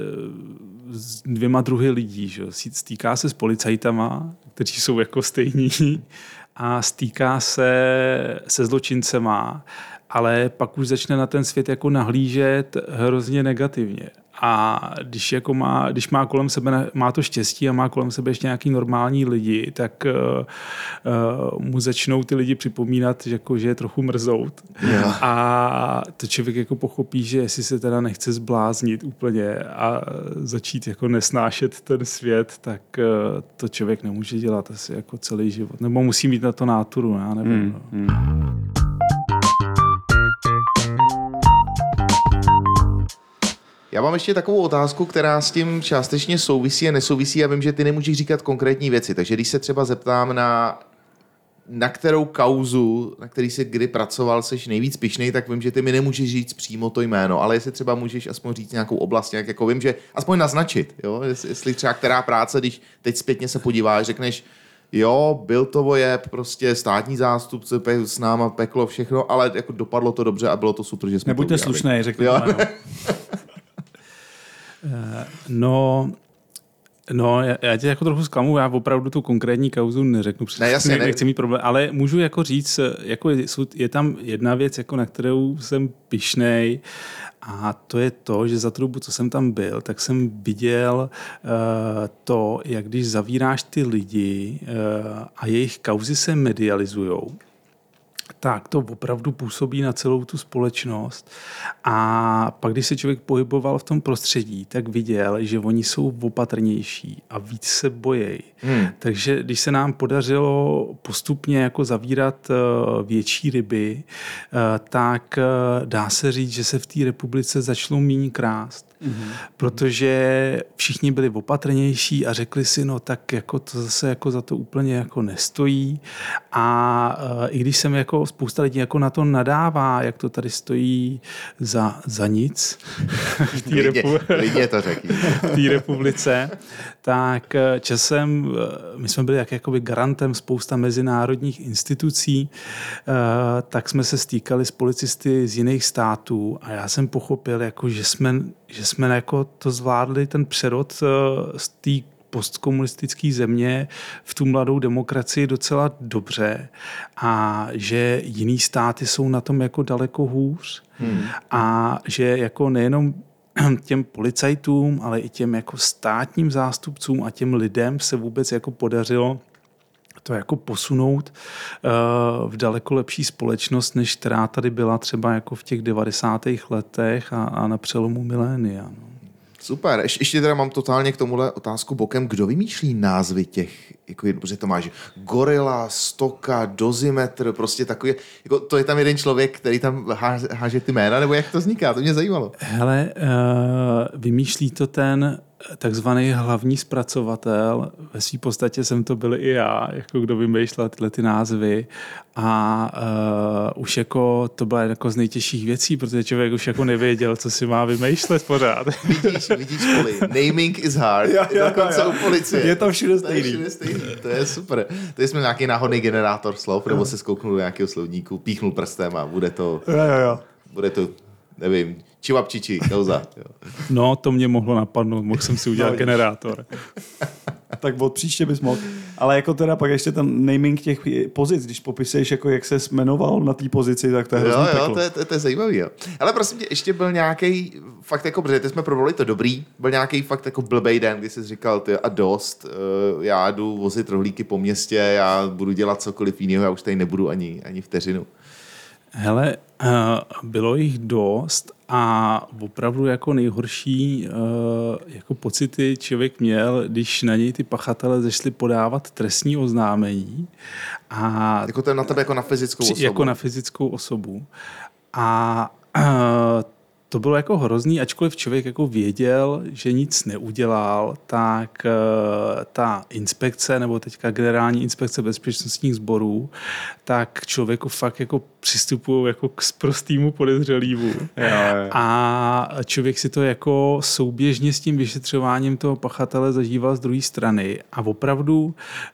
s dvěma druhy lidí. Že? Stýká se s policajtama, kteří jsou jako stejní, a stýká se se zločincema, ale pak už začne na ten svět jako nahlížet hrozně negativně. A když, jako má, když má kolem sebe, má to štěstí a má kolem sebe ještě nějaký normální lidi, tak uh, uh, mu začnou ty lidi připomínat, že, jako, že je trochu mrzout. Yeah. A to člověk jako pochopí, že jestli se teda nechce zbláznit úplně a začít jako nesnášet ten svět, tak uh, to člověk nemůže dělat asi jako celý život. Nebo musí mít na to náturu, já nevím. Mm, no. mm. Já mám ještě takovou otázku, která s tím částečně souvisí a nesouvisí. Já vím, že ty nemůžeš říkat konkrétní věci, takže když se třeba zeptám na, na kterou kauzu, na který jsi kdy pracoval, seš nejvíc pyšnej, tak vím, že ty mi nemůžeš říct přímo to jméno, ale jestli třeba můžeš aspoň říct nějakou oblast, nějak jako vím, že aspoň naznačit, jo? Jestli třeba která práce, když teď zpětně se podíváš, řekneš, jo, byl to vojeb, prostě státní zástupce, pe- s náma peklo všechno, ale jako dopadlo to dobře a bylo to super, že jsme Nebuďte to udělali. slušnej, řekni to jméno. No, no, já, já tě jako trochu zklamu, já opravdu tu konkrétní kauzu neřeknu, ne, jasně, nechci mít problém, ale můžu jako říct, jako je, je tam jedna věc, jako na kterou jsem pyšnej, a to je to, že za tu dobu, co jsem tam byl, tak jsem viděl uh, to, jak když zavíráš ty lidi uh, a jejich kauzy se medializujou, tak to opravdu působí na celou tu společnost. A pak, když se člověk pohyboval v tom prostředí, tak viděl, že oni jsou opatrnější a víc se bojejí. Hmm. Takže když se nám podařilo postupně jako zavírat větší ryby, tak dá se říct, že se v té republice začalo méně krást. Mm-hmm. Protože všichni byli opatrnější a řekli si, no tak jako to zase jako za to úplně jako nestojí. A uh, i když jsem jako spousta lidí jako na to nadává, jak to tady stojí za, za nic v té repu- republice, tak časem my jsme byli jak, jakoby garantem spousta mezinárodních institucí, uh, tak jsme se stýkali s policisty z jiných států a já jsem pochopil, jako, že jsme že jsme jako to zvládli, ten přerod z té postkomunistické země v tu mladou demokracii docela dobře a že jiný státy jsou na tom jako daleko hůř hmm. a že jako nejenom těm policajtům, ale i těm jako státním zástupcům a těm lidem se vůbec jako podařilo to jako posunout uh, v daleko lepší společnost, než která tady byla třeba jako v těch devadesátých letech a, a na přelomu milénia. No. Super. Ješ, ještě teda mám totálně k tomuhle otázku bokem. Kdo vymýšlí názvy těch, jako, protože to máš gorila, stoka, dozimetr, prostě takový, jako, to je tam jeden člověk, který tam háže, háže ty jména, nebo jak to vzniká? To mě zajímalo. Hele, uh, vymýšlí to ten takzvaný hlavní zpracovatel. Ve své podstatě jsem to byl i já, jako kdo vymýšlel tyhle ty názvy. A uh, už jako to byla jako z nejtěžších věcí, protože člověk už jako nevěděl, co si má vymýšlet pořád. Vidíš, vidíš, Poli, naming is hard. Jo, jo, dokonce jo. u policie. Je to všude To je stejný. všude stejný. To je super. To jsme nějaký náhodný generátor slov, nebo se skouknul do nějakého slovníku, píchnul prstem a bude to, Jo, jo, jo. bude to, nevím, čivapčiči, kauza. Jo. No, to mě mohlo napadnout, mohl jsem si udělat No, generátor. Tak od příště bys mohl. Ale jako teda pak ještě ten naming těch pozic, když popisuješ, jako jak se jmenoval na té pozici, tak to je hrozný Jo, jo, peklo. to je, to, je, to je zajímavý, jo. Ale prosím tě, ještě byl nějaký fakt jako, protože teď jsme probrali to dobrý, byl nějaký fakt jako blbej den, kdy jsi říkal, ty a dost, já jdu vozit rohlíky po městě, já budu dělat cokoliv jiného, já už tady nebudu ani, ani vteřinu. Hele, bylo jich dost a opravdu jako nejhorší jako pocity člověk měl, když na něj ty pachatele zešli podávat trestní oznámení. A Jako to je na tebe jako na fyzickou při, osobu. Jako na fyzickou osobu. A to bylo jako hrozný, ačkoliv člověk jako věděl, že nic neudělal, tak ta inspekce, nebo teďka generální inspekce bezpečnostních sborů, tak k člověku fakt jako přistupují jako k sprostýmu podezřelýmu. A člověk si to jako souběžně s tím vyšetřováním toho pachatele zažíval z druhé strany. A opravdu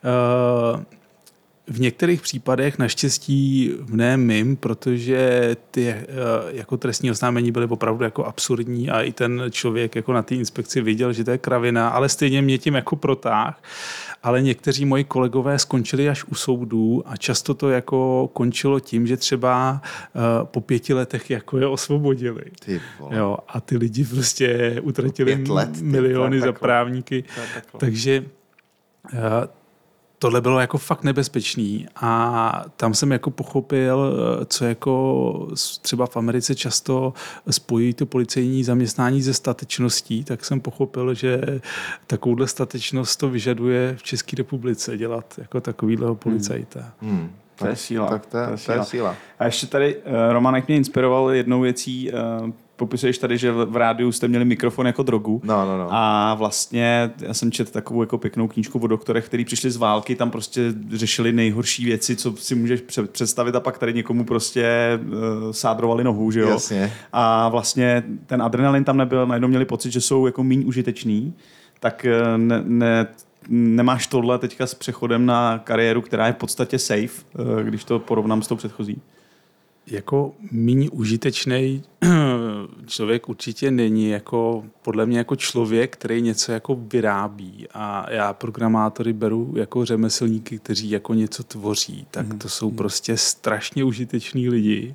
v některých případech naštěstí ne mým, protože ty jako trestní oznámení byly opravdu jako absurdní a i ten člověk jako na té inspekci viděl, že to je kravina, ale stejně mě tím jako protáh. Ale někteří moji kolegové skončili až u soudů a často to jako končilo tím, že třeba uh, po pěti letech jako je osvobodili. Ty vole. Jo, a ty lidi prostě utratili Pět let, ty, miliony to je za právníky. Takže uh, tohle bylo jako fakt nebezpečný a tam jsem jako pochopil, co jako třeba v Americe často spojí to policejní zaměstnání se statečností, tak jsem pochopil, že takovouhle statečnost to vyžaduje v České republice dělat jako takovýhleho policajta. Hmm. Hmm. To je síla. Tak to je, To je to je síla. síla. A ještě tady uh, Romanek mě inspiroval jednou věcí, uh, popisuješ tady, že v, v rádiu jste měli mikrofon jako drogu. No, no, no. A vlastně já jsem četl takovou jako pěknou knížku o doktorech, kteří přišli z války, tam prostě řešili nejhorší věci, co si můžeš představit a pak tady někomu prostě uh, sádrovali nohu, že jo? Jasně. A vlastně ten adrenalin tam nebyl, najednou měli pocit, že jsou jako míň užitečný, tak uh, ne, ne nemáš tohle teďka s přechodem na kariéru, která je v podstatě safe, uh, když to porovnám s tou předchozí? Jako méně užitečný člověk určitě není, jako podle mě jako člověk, který něco jako vyrábí a já programátory beru jako řemeslníky, kteří jako něco tvoří, tak to jsou prostě strašně užiteční lidi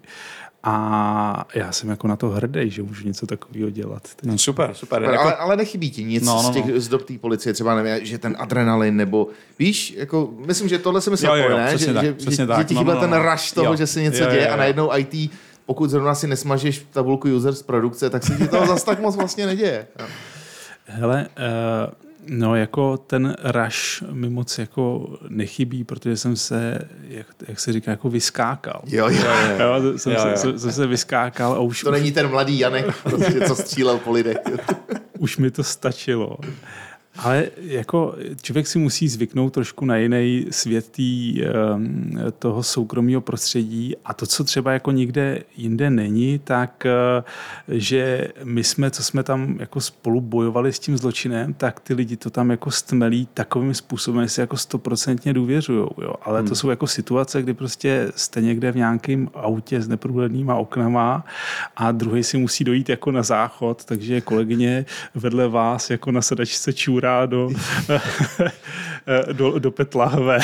a já jsem jako na to hrdý, že můžu něco takového dělat. No super, super. Ale, Jako, ale nechybí ti nic No, no, z těch no. z dob té policie, třeba nevím, že ten adrenalin, nebo víš, jako, myslím, že tohle se myslel, Jo, jo, jo, ne? přesně Že, tak, že, přesně že, tak. že ti No, chyběl no, ten no. rush toho, Jo. že se něco Jo, jo, děje jo. a najednou í té, pokud zrovna si nesmažeš tabulku user z produkce, tak se ti toho zas tak moc vlastně neděje. Jo. Hele, uh, no jako ten rush mi moc jako nechybí, protože jsem se, jak, jak se říká, jako vyskákal. Jo, jo, jo. Jo, jsem, Jo, se, jo. jsem, jsem se vyskákal a už, To není ten mladý Janek, prostě, co střílel po lidech. už mi to stačilo. Ale jako člověk si musí zvyknout trošku na jiný svět tý, um, toho soukromého prostředí a to, co třeba jako nikde jinde není, tak uh, že my jsme, co jsme tam jako spolu bojovali s tím zločinem, tak ty lidi to tam jako stmelí takovým způsobem, že si jako stoprocentně důvěřujou. Jo. Ale hmm. to jsou jako situace, kdy prostě jste někde v nějakém autě s neprůhlednýma oknama a druhý si musí dojít jako na záchod, takže kolegyně vedle vás jako na sedačce čůrá bourá do, do, do pytle lahve,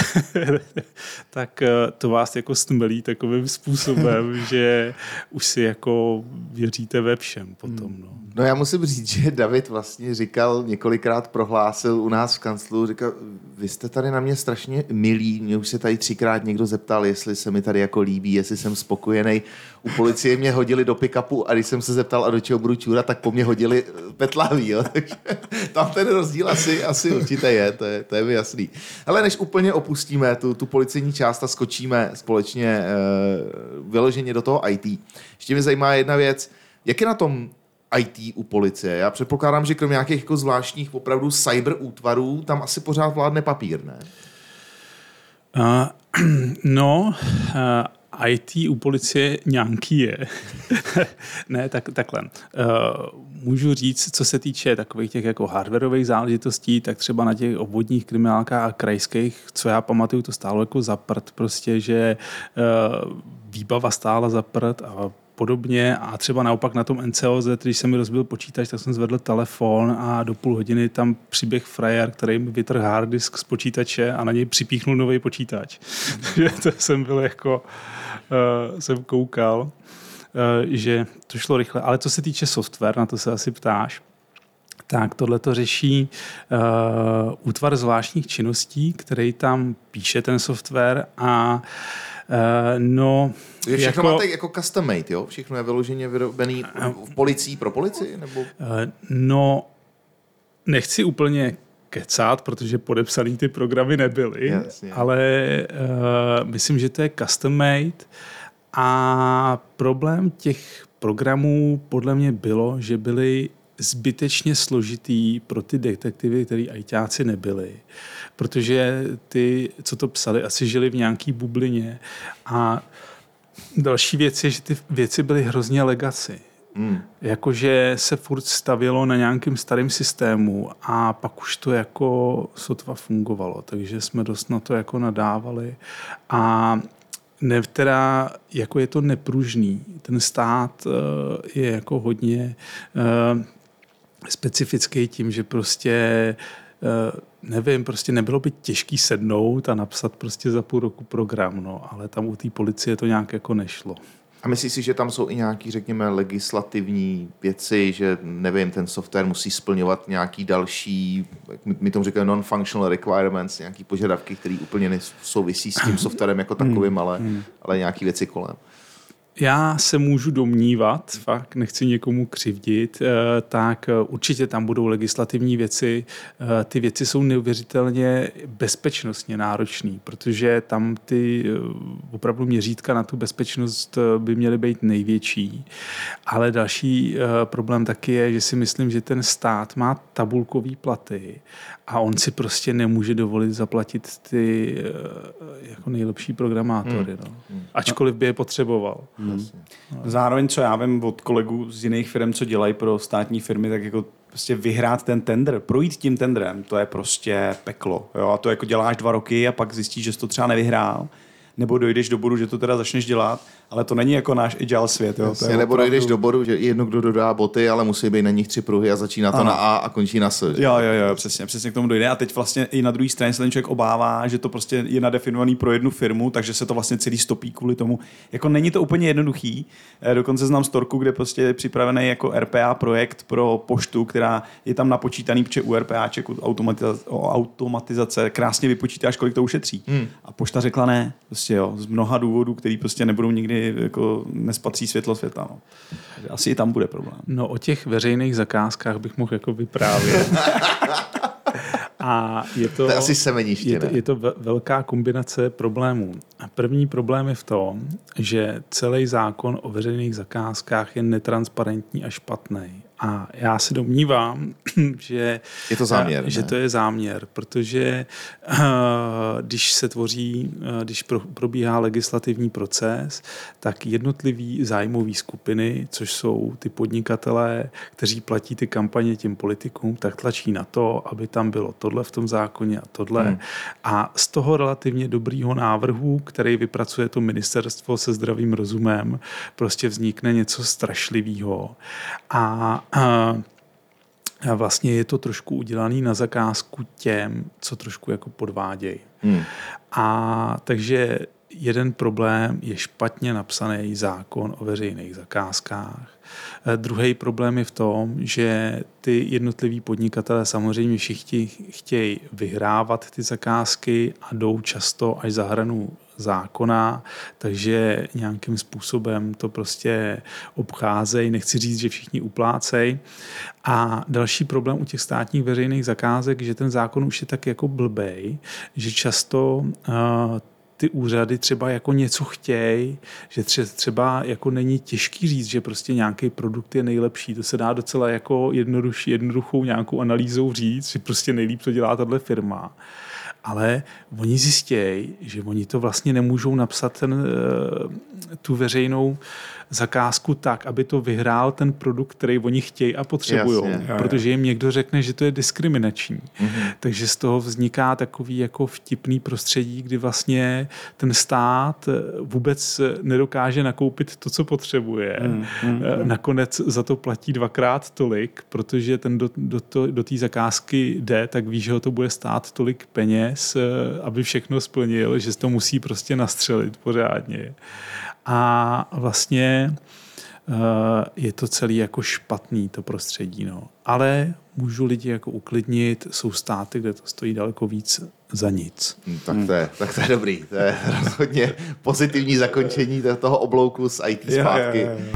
tak to vás jako stmelí takovým způsobem, že už si jako věříte ve všem potom. No. No já musím říct, že David vlastně říkal, několikrát prohlásil u nás v kanclu, říkal, vy jste tady na mě strašně milí, mě už se tady třikrát někdo zeptal, jestli se mi tady jako líbí, jestli jsem spokojený. U policie mě hodili do pick-upu a když jsem se zeptal, a do čeho budu čůrat, tak po mně hodili petlaví, jo. Takže tam ten rozdíl asi, asi určitě je, to je, to je mi jasný. Ale než úplně opustíme tu, tu policejní část a skočíme společně e, vyloženě do toho í té, ještě mě zajímá jedna věc, jak je na tom í té u policie? Já předpokládám, že kromě nějakých jako zvláštních opravdu cyber útvarů, tam asi pořád vládne papír, ne? Uh, no, uh, í té u policie nějaký je. ne, tak, takhle. Uh, můžu říct, co se týče takových těch jako hardwareových záležitostí, tak třeba na těch obvodních kriminálkách a krajských, co já pamatuju, to stálo jako za prd, prostě, že uh, výbava stála za prd a podobně a třeba naopak na tom N C O Z, když se mi rozbil počítač, tak jsem zvedl telefon a do půl hodiny tam přiběh frajer, který mi vytrhl hard disk z počítače a na něj připíchnul nový počítač. To jsem byl jako, uh, jsem koukal, uh, že to šlo rychle. Ale co se týče software, na to se asi ptáš, tak tohle to řeší uh, útvar zvláštních činností, který tam píše ten software a uh, no... Je všechno jako, máte jako custom made, jo? Všechno je vyloženě vyrobený v policii pro policii? Nebo? Uh, no, nechci úplně kecat, protože podepsaný ty programy nebyly, Jasně. ale uh, myslím, že to je custom made a problém těch programů podle mě bylo, že byly zbytečně složitý pro ty detektivy, který ajťáci nebyli. Protože ty, co to psali, asi žili v nějaký bublině. A další věc je, že ty věci byly hrozně legacy. Hmm. Jakože se furt stavělo na nějakým starým systému a pak už to jako sotva fungovalo. Takže jsme dost na to jako nadávali. A ne, teda, jako je to nepružný. Ten stát uh, je jako hodně uh, specifický tím, že prostě uh, nevím, prostě nebylo by těžký sednout a napsat prostě za půl roku program, no, ale tam u té policie to nějak jako nešlo. A myslíš si, že tam jsou i nějaký, řekněme, legislativní věci, že nevím, ten software musí splňovat nějaký další, my tomu říkáme non-functional requirements, nějaký požadavky, které úplně nesouvisí s tím softwarem jako takovým, ale, ale nějaký věci kolem? Já se můžu domnívat, fakt nechci někomu křivdit, tak určitě tam budou legislativní věci. Ty věci jsou neuvěřitelně bezpečnostně náročný, protože tam ty opravdu měřítka na tu bezpečnost by měly být největší. Ale další problém taky je, že si myslím, že ten stát má tabulkový platy a on si prostě nemůže dovolit zaplatit ty jako nejlepší programátory. Hmm. No. Ačkoliv by je potřeboval. Hmm. Zároveň, co já vím od kolegů z jiných firm, co dělají pro státní firmy, tak jako prostě vyhrát ten tender, projít tím tendrem, to je prostě peklo. Jo? A to jako děláš dva roky a pak zjistíš, že jsi to třeba nevyhrál, nebo dojdeš do bodu, že to teda začneš dělat, ale to není jako náš agile svět. Jo? Jasně, to je nebo opravdu... dojdeš do bodu, že jedno, kdo dodá boty, ale musí být na nich tři pruhy a začíná to ano. na A a končí na S. Jo, jo, jo, přesně, přesně k tomu dojde. A teď vlastně i na druhé straně se ten člověk obává, že to prostě je nadefinovaný pro jednu firmu, takže se to vlastně celý stopí kvůli tomu. Jako není to úplně jednoduchý. Dokonce znám storku, kde prostě je připravený jako R P A projekt pro poštu, která je tam napočítaný, protože u RPAček, u automatizace, automatizace krásně vypočítáš, kolik to ušetří. Hmm. A pošta řekla ne, prostě jo, z mnoha důvodů, který prostě nebudou nikdy jako nespatří světlo světa. No. Asi i tam bude problém. No o těch veřejných zakázkách bych mohl jako vyprávět. A je to, to je asi semeniště, je to, je to velká kombinace problémů. A první problém je v tom, že celý zákon o veřejných zakázkách je netransparentní a špatný. A já se domnívám, že, je to záměr, že ne? to je záměr, protože uh, když se tvoří, uh, když pro, probíhá legislativní proces, tak jednotlivý zájmový skupiny, což jsou ty podnikatelé, kteří platí ty kampaně těm politikům, tak tlačí na to, aby tam bylo tohle v tom zákoně a tohle. Hmm. A z toho relativně dobrýho návrhu, který vypracuje to ministerstvo se zdravým rozumem, prostě vznikne něco strašlivého. A Uh, A vlastně je to trošku udělaný na zakázku těm, co trošku jako podvádějí. Hmm. A takže jeden problém je špatně napsaný zákon o veřejných zakázkách. Druhý problém je v tom, že ty jednotliví podnikatelé samozřejmě všichni chtějí vyhrávat ty zakázky a jdou často až za hranu zákona, takže nějakým způsobem to prostě obcházejí. Nechci říct, že všichni uplácejí. A další problém u těch státních veřejných zakázek, že ten zákon už je tak jako blbej, že často uh, ty úřady třeba jako něco chtějí, že třeba jako není těžký říct, že prostě nějaký produkt je nejlepší. To se dá docela jako jednoduš, jednoduchou nějakou analýzou říct, že prostě nejlíp to dělá tahle firma. Ale oni zjistějí, že oni to vlastně nemůžou napsat ten, tu veřejnou zakázku tak, aby to vyhrál ten produkt, který oni chtějí a potřebují. Protože jim někdo řekne, že to je diskriminační. Mm-hmm. Takže z toho vzniká takový jako vtipný prostředí, kdy vlastně ten stát vůbec nedokáže nakoupit to, co potřebuje. Mm-hmm. Nakonec za to platí dvakrát tolik, protože ten do, do, to, do té zakázky jde, tak ví, že ho to bude stát tolik peněz, aby všechno splnil, že to musí prostě nastřelit pořádně. A vlastně je to celý jako špatný to prostředí. No. Ale můžu lidi jako uklidnit, jsou státy, kde to stojí daleko víc za nic. Hmm, tak, to je, tak to je dobrý. To je rozhodně pozitivní zakončení toho oblouku z í té zpátky. Je, je, je.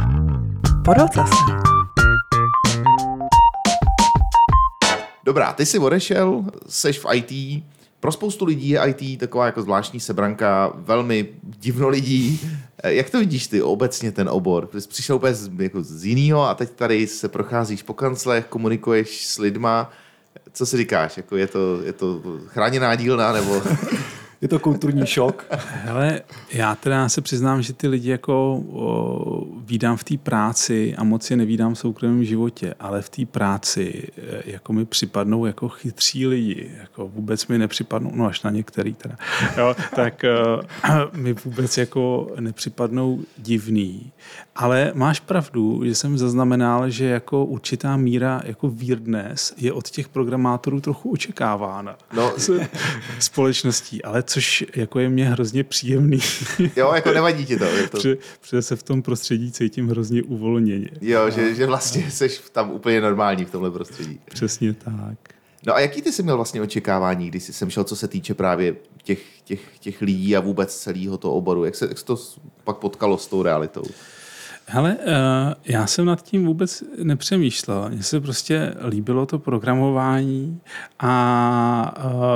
Dobrá, ty jsi odešel, seš v í té. Pro spoustu lidí je í té taková jako zvláštní sebranka, velmi divno lidí. Jak to vidíš ty obecně ten obor? Jsi přišel úplně z, jako z jinýho a teď tady se procházíš po kanclech, komunikuješ s lidma. Co si říkáš? Jako je, to, je to chráněná dílna nebo... Je to kulturní šok. Hele, já teda se přiznám, že ty lidi jako o, vídám v té práci a moc je nevídám v soukromém životě, ale v té práci jako mi připadnou jako chytří lidi. Jako vůbec mi nepřipadnou, no až na některý teda, jo, tak uh, mi vůbec jako nepřipadnou divný. Ale máš pravdu, že jsem zaznamenal, že jako určitá míra jako weirdness je od těch programátorů trochu očekávána. No. Společností, ale což jako je mě hrozně příjemný. Jo, jako nevadí ti to. Je to... Protože se v tom prostředí cítím hrozně uvolněně. Jo, že, že vlastně seš tam úplně normální v tomhle prostředí. Přesně tak. No a jaký ty jsi měl vlastně očekávání, když jsi sem šel, co se týče právě těch, těch, těch lidí a vůbec celého toho oboru? Jak se, jak se to pak potkalo s tou realitou? Hele, já jsem nad tím vůbec nepřemýšlel. Mně se prostě líbilo to programování a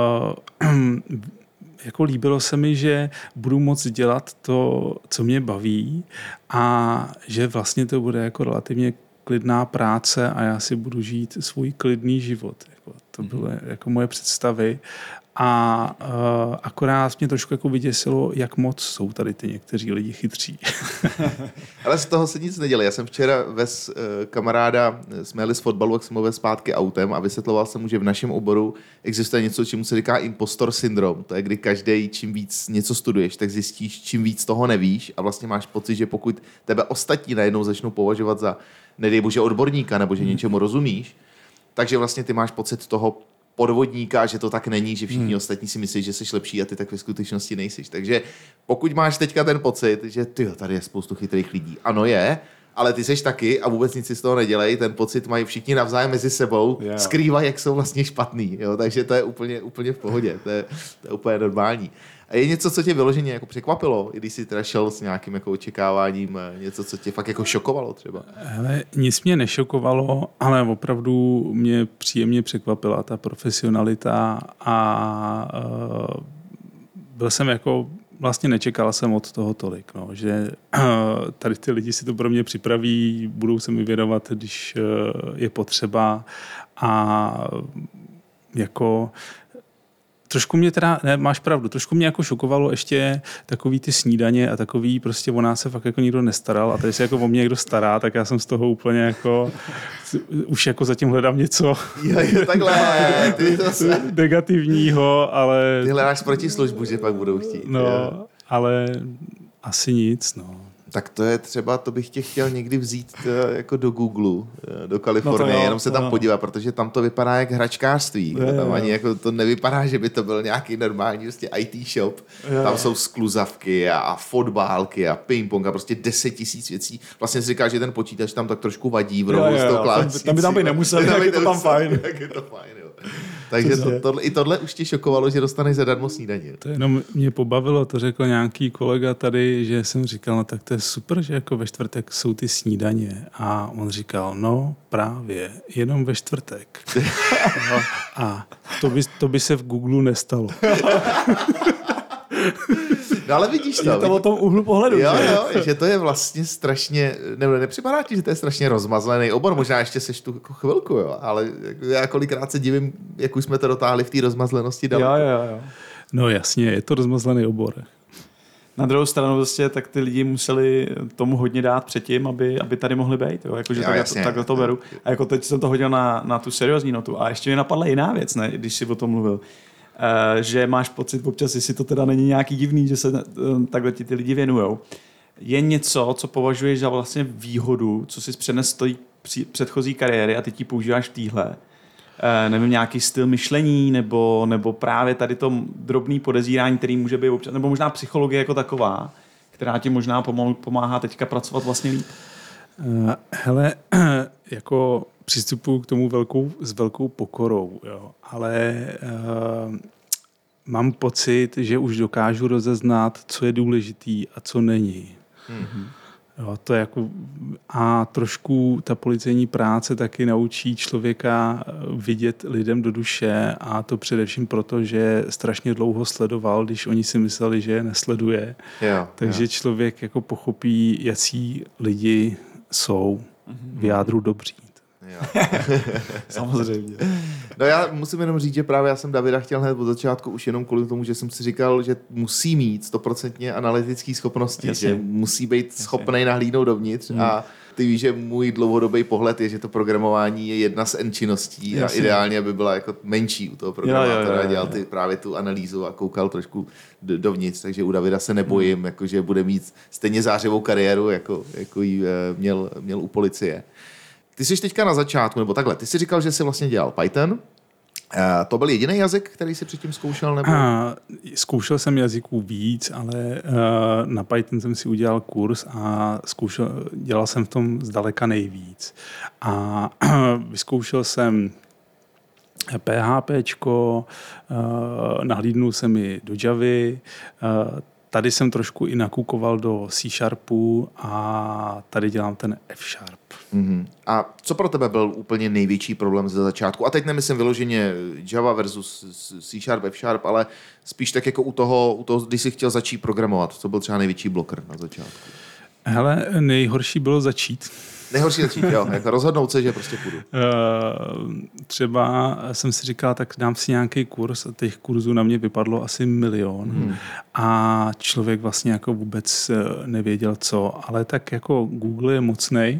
jako líbilo se mi, že budu moct dělat to, co mě baví a že vlastně to bude jako relativně klidná práce a já si budu žít svůj klidný život. Jako, to byly jako moje představy a uh, akorát mě trošku jako vyděsilo, jak moc jsou tady ty někteří lidi chytří. Ale z toho se nic nedělí. Já jsem včera vez uh, kamaráda, jsme jeli z fotbalu, jak jsme ho zpátky autem a vysvětloval jsem mu, že v našem oboru existuje něco, čemu se říká impostor syndrom. To je, kdy každý, čím víc něco studuješ, tak zjistíš, čím víc toho nevíš a vlastně máš pocit, že pokud tebe ostatní najednou začnou považovat za, nedej bože, odborníka nebo že něčemu rozumíš, takže vlastně ty máš pocit toho podvodníka, že to tak není, že všichni hmm. ostatní si myslí, že jsi lepší a ty tak ve skutečnosti nejsiš. Takže pokud máš teďka ten pocit, že ty tady je spoustu chytrých lidí, ano je, ale ty seš taky a vůbec nic si z toho nedělej, ten pocit mají všichni navzájem mezi sebou, yeah. skrývají, jak jsou vlastně špatný, jo? Takže to je úplně, úplně v pohodě, to je, to je úplně normální. A je něco, co tě vyloženě jako překvapilo, když jsi teda šel s nějakým jako očekáváním, něco, co tě fakt jako šokovalo třeba? Hele, nic mě nešokovalo, ale opravdu mě příjemně překvapila ta profesionalita a uh, byl jsem jako, vlastně nečekal jsem od toho tolik, no, že uh, tady ty lidi si to pro mě připraví, budou se mi věnovat, když uh, je potřeba a jako trošku mě teda, ne, máš pravdu, trošku mě jako šokovalo ještě takový ty snídaně a takový, prostě o nás se fakt jako nikdo nestaral a tady se jako o mě někdo stará, tak já jsem z toho úplně jako, už jako zatím hledám něco jo, jo, takhle, ty to se... negativního, ale... Ty hledáš protislužbu, že pak budou chtít. No, jo. ale asi nic, no. Tak to je třeba, to bych tě chtěl někdy vzít uh, jako do Google, do Kalifornie, no jenom se tam no. podívat, protože tam to vypadá jak hračkářství. Je, tam ani jako to nevypadá, že by to byl nějaký normální prostě í té shop. Je, tam jsou skluzavky a, a fotbálky a ping-pong a prostě deset tisíc věcí. Vlastně si říká, že ten počítač tam tak trošku vadí v rohu s tou klávesnicí. Tam by tam by nemusel, tak je to tam fajn. Jak je to fajn, jo. Takže to, tohle, i tohle už tě šokovalo, že dostaneš zadarmo snídaně. To jenom mě pobavilo, to řekl nějaký kolega tady, že jsem říkal, no tak to je super, že jako ve čtvrtek jsou ty snídaně. A on říkal, no právě, jenom ve čtvrtek. No, a to by, to by se v Google nestalo. No ale vidíš to. Je to o tom úhlu pohledu. Jo, jo, že to je vlastně strašně, nebo nepřipadá ti, že to je strašně rozmazlený obor, možná ještě seš tu jako chvilku, jo, ale já kolikrát se divím, jak už jsme to dotáhli v té rozmazlenosti daleko. Jo, jo, jo. No jasně, je to rozmazlený obor. Na druhou stranu vlastně, tak ty lidi museli tomu hodně dát předtím, aby, aby tady mohli být. Jo? Jako, že takhle, to, takhle to beru. A jako teď jsem to hodil na, na tu seriózní notu. A ještě mi napadla jiná věc, ne, když jsi o tom mluvil. Uh, že máš pocit občas, jestli to teda není nějaký divný, že se uh, takhle ti ty lidi věnujou. Je něco, co považuješ za vlastně výhodu, co jsi přenes z té předchozí kariéry a ty ti používáš v téhle? Uh, nevím, nějaký styl myšlení, nebo, nebo právě tady to drobný podezírání, který může být občas, nebo možná psychologie jako taková, která ti možná pomáhá teďka pracovat vlastně líp? Uh, hele, jako přistupuji k tomu velkou, s velkou pokorou, jo. Ale uh, mám pocit, že už dokážu rozeznat, co je důležitý a co není. Mm-hmm. Jo, to je jako, a trošku ta policejní práce taky naučí člověka vidět lidem do duše, a to především proto, že strašně dlouho sledoval, když oni si mysleli, že je nesleduje. Jo, Takže jo. člověk jako pochopí, jací lidi jsou v jádru dobří. Samozřejmě. No já musím jenom říct, že právě já jsem Davida chtěl hned od začátku už jenom kvůli tomu, že jsem si říkal, že musí mít stoprocentně analytické schopnosti, Jasně. že musí být schopný nahlídnout dovnitř hmm. a ty víš, že můj dlouhodobý pohled je, že to programování je jedna z N činností Jasně. a ideálně by byla jako menší u toho programátora, dělal ty právě tu analýzu a koukal trošku dovnitř, takže u Davida se nebojím, hmm. jako, že bude mít stejně zářivou kariéru, jako, jako ji měl, měl u policie. Ty jsi teďka na začátku, nebo takhle, ty jsi říkal, že jsi vlastně dělal Python. Uh, to byl jediný jazyk, který jsi předtím zkoušel? Nebo? Uh, zkoušel jsem jazyků víc, ale uh, na Python jsem si udělal kurz a zkoušel, dělal jsem v tom zdaleka nejvíc. A uh, vyzkoušel jsem PHPčko, uh, nahlídnul jsem i do Javy, uh, tady jsem trošku i nakukoval do C Sharpu a tady dělám ten F Sharp. Mm-hmm. A co pro tebe byl úplně největší problém ze začátku? A teď nemyslím vyloženě Java versus C Sharp, F Sharp, ale spíš tak jako u toho, u toho, když jsi chtěl začít programovat. Co byl třeba největší bloker na začátku? Hele, nejhorší bylo začít. Nejhorší začít, jo. Jako rozhodnout se, že prostě půjdu. Uh, třeba jsem si říkal, tak dám si nějaký kurz a těch kurzů na mě vypadlo asi milion. Hmm. A člověk vlastně jako vůbec nevěděl co, ale tak jako Google je mocnej,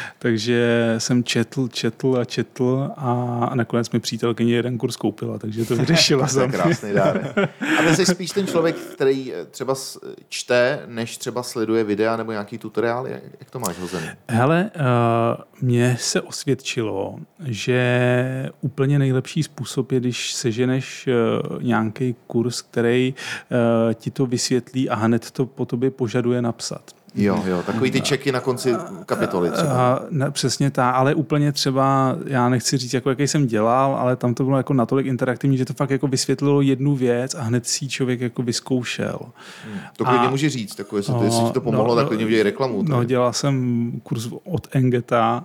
takže jsem četl, četl a četl a nakonec mi přítelkyně jeden kurz koupila, takže to vyřešila. To je krásný dárek. A ty jsi spíš ten člověk, který třeba čte, než třeba sleduje videa nebo nějaký tutoriály? Jak to máš hozený? Hele, mně se osvědčilo, že úplně nejlepší způsob je, když seženeš nějaký kurz, který ti to vysvětlí a hned to po tobě požaduje napsat. Jo, jo, takový ty čeky na konci kapitoly třeba. A, ne, přesně tak, ale úplně třeba, já nechci říct, jako jaký jsem dělal, ale tam to bylo jako natolik interaktivní, že to fakt jako vysvětlilo jednu věc a hned si člověk jako vyzkoušel. Hmm, to klidně může říct, jako jestli, to, jestli ti to pomohlo, no, tak klidně udělej reklamu. No, dělal jsem kurz od Engeta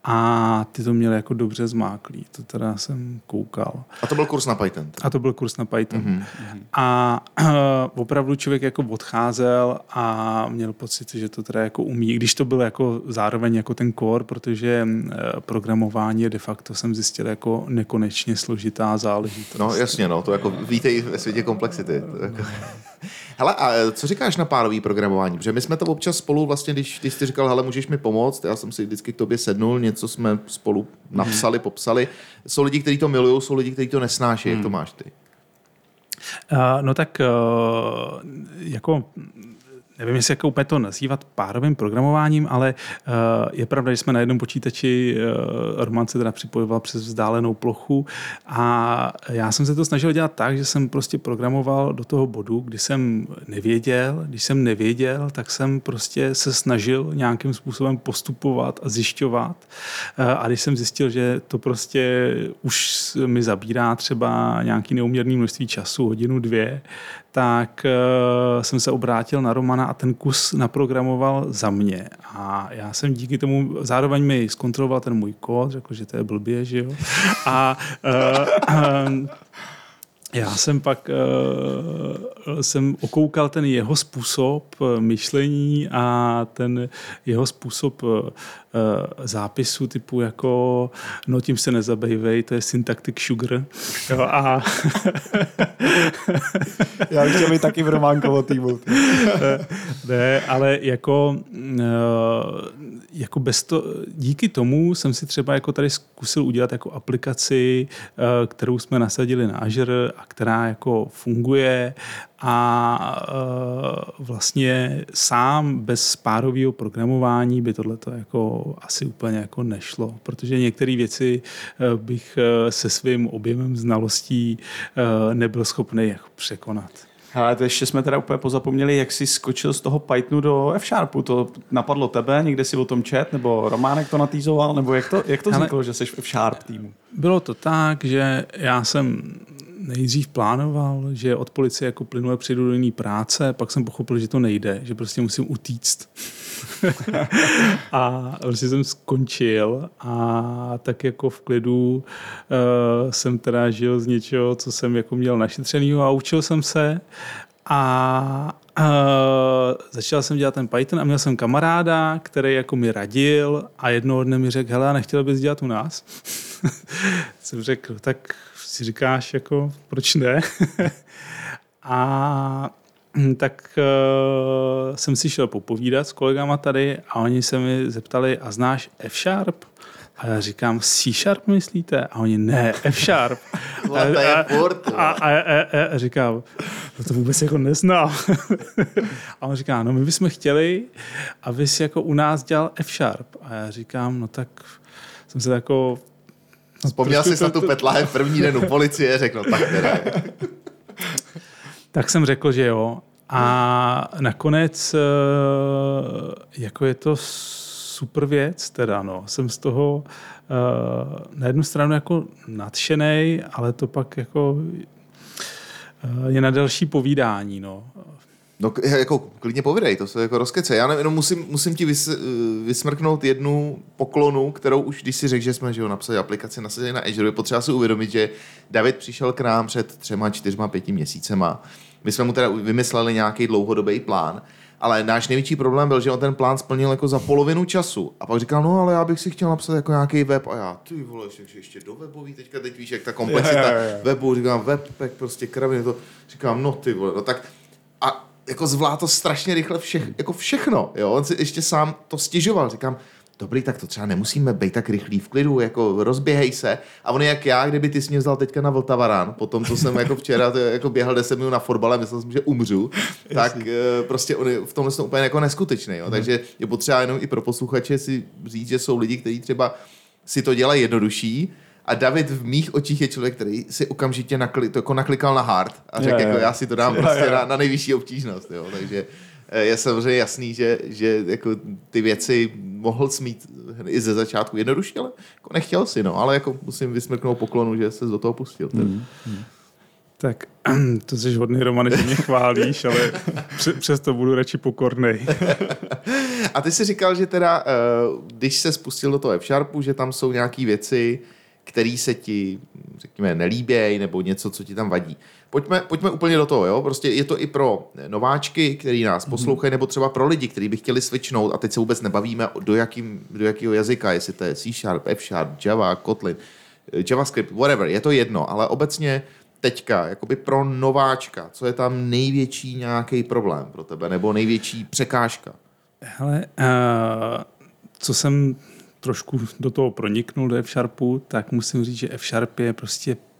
a ty to měli jako dobře zmáklý. To teda jsem koukal. A to byl kurz na Python? Teda. A to byl kurz na Python. Mm-hmm. A uh, opravdu člověk jako odcházel a měl pocit, že to teda jako umí, když to bylo jako zároveň jako ten core, protože uh, programování je de facto, jsem zjistil, jako nekonečně složitá záležitost. No jasně, no, to jako vítej ve světě komplexity. Jako... Hele, a co říkáš na párový programování? Protože my jsme to občas spolu vlastně, když, když jsi říkal, hele, můžeš mi pomoct, já jsem si vždycky k tobě sednul, něco jsme spolu napsali, popsali. Jsou lidi, kteří to milují, jsou lidi, kteří to nesnáší. Hmm. Jak to máš ty? Uh, no tak uh, jako nevím, jestli jako úplně to nazývat párovým programováním, ale uh, je pravda, že jsme na jednom počítači, uh, Roman se teda připojoval přes vzdálenou plochu a já jsem se to snažil dělat tak, že jsem prostě programoval do toho bodu, kdy jsem nevěděl, když jsem nevěděl, tak jsem prostě se snažil nějakým způsobem postupovat a zjišťovat uh, a když jsem zjistil, že to prostě už mi zabírá třeba nějaký neuměrný množství času, hodinu, dvě, tak uh, jsem se obrátil na Romana a ten kus naprogramoval za mě. A já jsem díky tomu, zároveň mi zkontroloval ten můj kód, řekl, že to je blbě, že jo. A uh, um, já jsem pak uh, jsem okoukal ten jeho způsob myšlení a ten jeho způsob uh, zápisu typu jako no tím se nezabývej, to je syntactic sugar. Jo, a já bych chtěl být taky v Románkovo týmu. Ne, ale jako, jako bez to, díky tomu jsem si třeba jako tady zkusil udělat jako aplikaci, kterou jsme nasadili na Azure a která jako funguje a vlastně sám bez párového programování by tohleto jako asi úplně jako nešlo, protože některé věci bych se svým objemem znalostí nebyl schopný jako překonat. Ale to ještě jsme teda úplně pozapomněli, jak jsi skočil z toho Pythonu do F-Sharpu. To napadlo tebe? Někde si o tom čet? Nebo Románek to natýzoval? Nebo jak to, jak to vzniklo, ale že jsi v F-Sharp týmu? Bylo to tak, že já jsem nejdřív plánoval, že od policie jako plynule přijdu do jiný práce, pak jsem pochopil, že to nejde, že prostě musím utíct. A vlastně jsem skončil a tak jako v klidu uh, jsem teda žil z něčeho, co jsem jako měl našetřenýho a učil jsem se a uh, začal jsem dělat ten Python a měl jsem kamaráda, který jako mi radil a jednoho dne mi řekl, hele, nechtěl bys dělat u nás? Jsem řekl, tak si říkáš, jako, proč ne? A tak uh, jsem si šel popovídat s kolegama tady a oni se mi zeptali, a znáš F-Sharp? A já říkám, C-Sharp myslíte? A oni, ne, F-Sharp. a, a, a, a, a, a říkám, no to vůbec jako neznám. A on říká, no my bychom chtěli, abys jako u nás dělal F-Sharp. A já říkám, no tak jsem se jako... Vzpomněl jsi na tu petlahev první den u policie, řekl, no tak teda. Tak jsem řekl, že jo. A nakonec jako je to super věc, teda no. Jsem z toho na jednu stranu jako nadšenej, ale to pak jako je na další povídání, no. No jako klidně povídej, to se jako rozkece. Já nevím, musím, musím ti vys, vysmrknout jednu poklonu, kterou už když si řekl, že jsme že ho, napsali aplikaci nasadili na Azure, je potřeba si uvědomit, že David přišel k nám před třema, čtyřma, pěti měsícema. My jsme mu teda vymysleli nějaký dlouhodobý plán, ale náš největší problém byl, že on ten plán splnil jako za polovinu času. A pak říkal, no ale já bych si chtěl napsat jako nějaký web. A já, ty vole, že ještě do webový, teďka teď víš, jak ta komplexita yeah, yeah, yeah. webu, říkám, web, tak prostě kraviny, to říkám, no ty vole, no tak a jako zvládl to strašně rychle všech, jako všechno, jo, on si ještě sám to stěžoval, říkám, dobrý, tak to třeba nemusíme být tak rychlý v klidu, jako rozběhej se. A on je jak já, kdyby ty jsi mě vzal teďka na Vltavarán, potom co jsem jako včera to, jako běhal deset minut na fotbale, myslel jsem, že umřu, tak e, prostě on je v tomhle jsem úplně jako neskutečný, jo. Hmm. Takže je potřeba jenom i pro posluchače si říct, že jsou lidi, kteří třeba si to dělají jednodušší. A David v mých očích je člověk, který si okamžitě nakli, to jako naklikal na hard a řekl, jako já si to dám prostě na, na nejvyšší obtížnost. Jo. Takže je samozřejmě jasný, že, že jako ty věci mohl smít i ze začátku jednodušší, ale jako nechtěl si, no. Ale jako musím vysmrknout poklonu, že se do toho pustil. Mm. Tak to jsi hodný, Romane, že mě chválíš, ale přesto budu radši pokornej. A ty jsi říkal, že teda, když se spustil do toho F-Sharpu, že tam jsou nějaký věci, které se ti, řekněme, nelíbějí, nebo něco, co ti tam vadí. Pojďme, pojďme úplně do toho, jo? Prostě je to i pro nováčky, který nás poslouchají, nebo třeba pro lidi, kteří by chtěli switchnout, a teď se vůbec nebavíme, do, jakým, do jakého jazyka, jestli to je C-Sharp, F-Sharp, Java, Kotlin, JavaScript, whatever, je to jedno, ale obecně teďka, jakoby pro nováčka, co je tam největší nějaký problém pro tebe, nebo největší překážka? Hele, uh, co jsem trošku do toho proniknul, do F-Sharpu, tak musím říct, že F-Sharp je prostě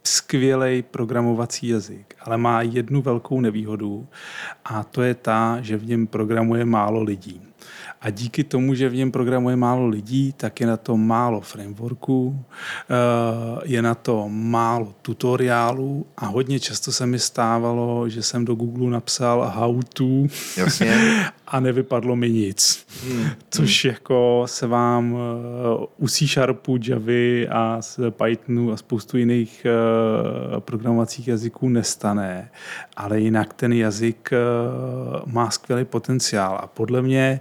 skvělej programovací jazyk, ale má jednu velkou nevýhodu a to je ta, že v něm programuje málo lidí. A díky tomu, že v něm programuje málo lidí, tak je na to málo frameworků, je na to málo tutoriálů a hodně často se mi stávalo, že jsem do Google napsal how to Jasně. a nevypadlo mi nic. Hmm. Což jako se vám u C Sharpu, Javy a z Pythonu a spoustu jiných programovacích jazyků nestane. Ale jinak ten jazyk má skvělý potenciál a podle mě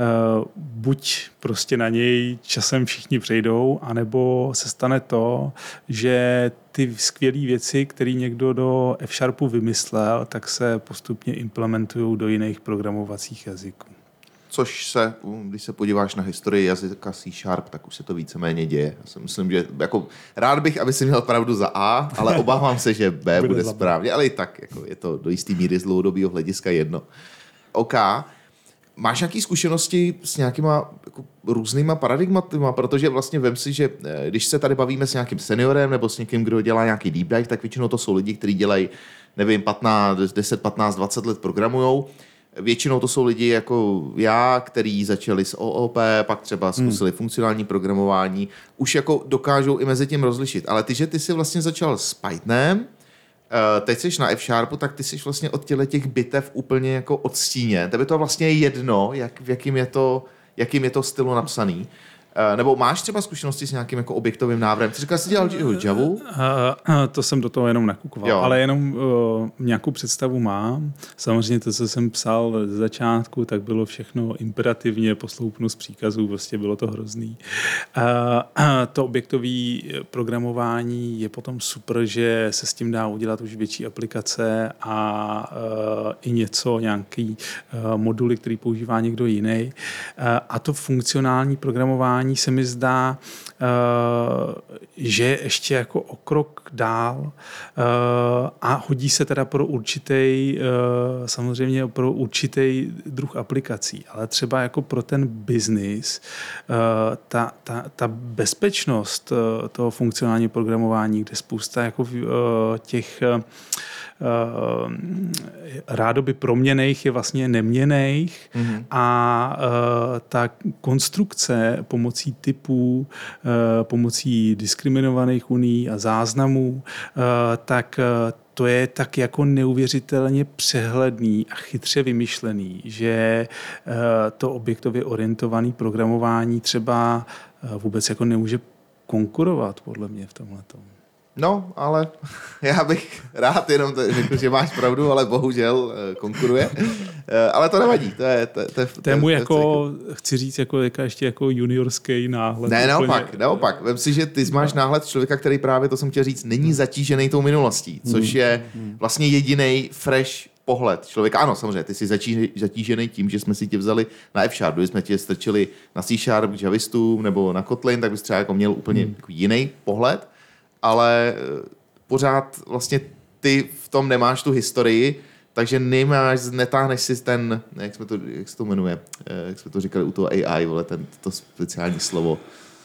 buď prostě na něj časem všichni přejdou, anebo se stane to, že ty skvělé věci, které někdo do F-Sharpu vymyslel, tak se postupně implementují do jiných programovacích jazyků. Což se, když se podíváš na historii jazyka C Sharp, tak už se to víceméně děje. Já si myslím, že jako, rád bych, aby si měl pravdu za A, ale obávám se, že B bude, bude správně. Ale i tak jako, je to do jistý míry z dlouhodobého hlediska jedno. OK. Máš nějaké zkušenosti s nějakýma jako, různýma paradigmatyma? Protože vlastně vem si, že když se tady bavíme s nějakým seniorem nebo s někým, kdo dělá nějaký deep dive, tak většinou to jsou lidi, kteří dělají, nevím, patnáct, deset, patnáct, dvacet let programujou. Většinou to jsou lidi jako já, kteří začali s O O P, pak třeba zkusili hmm. funkcionální programování. Už jako dokážou i mezi tím rozlišit. Ale ty, že ty jsi vlastně začal s Pythonem, teď jsi na F-Sharpu, tak ty jsi vlastně od těch bitev úplně jako odstíně. Tebe to vlastně je jedno, jak, v jakým je to, jakým je to stylu napsaný. Nebo máš třeba zkušenosti s nějakým jako objektovým návrhem? Ty říkal, jsi dělal Javu? Uh, to jsem do toho jenom nakukoval, jo. Ale jenom uh, nějakou představu mám. Samozřejmě to, co jsem psal ze začátku, tak bylo všechno imperativně, posloupnu z příkazů, prostě bylo to hrozný. Uh, uh, to objektový programování je potom super, že se s tím dá udělat už větší aplikace a uh, i něco, nějaký uh, moduly, který používá někdo jiný. Uh, a to funkcionální programování se mi zdá, že ještě jako o krok dál a hodí se teda pro určitý, samozřejmě pro určitý druh aplikací, ale třeba jako pro ten biznis ta, ta, ta bezpečnost toho funkcionálního programování, kde spousta jako těch Uh, rádoby proměnejch je vlastně neměnejch mm-hmm. a uh, ta konstrukce pomocí typů, uh, pomocí diskriminovaných uní a záznamů, uh, tak uh, to je tak jako neuvěřitelně přehledný a chytře vymyšlený, že uh, to objektově orientované programování třeba uh, vůbec jako nemůže konkurovat podle mě v tomhletom. No, ale já bych rád jenom řekl, že máš pravdu, ale bohužel konkuruje. Ale to nevadí. To je, to, to, to, to je můj jako, chci říct, jako, jako ještě jako juniorský náhled. Ne, naopak, naopak. Vem si, že ty máš náhled člověka, který právě, to jsem chtěl říct, není zatížený tou minulostí, což je vlastně jediný fresh pohled člověka. Ano, samozřejmě, ty jsi zatížený tím, že jsme si tě vzali na F-Sharp, kdyby jsme tě strčili na C-Sharp k javistům nebo na Kotlin, tak bys třeba jako měl úplně hmm. jako jiný pohled. Ale pořád vlastně ty v tom nemáš tu historii, takže nemáš, netáhneš si ten, jak, jsme to, jak se to jmenuje, jak jsme to říkali u toho A I, vole, ten, to speciální slovo,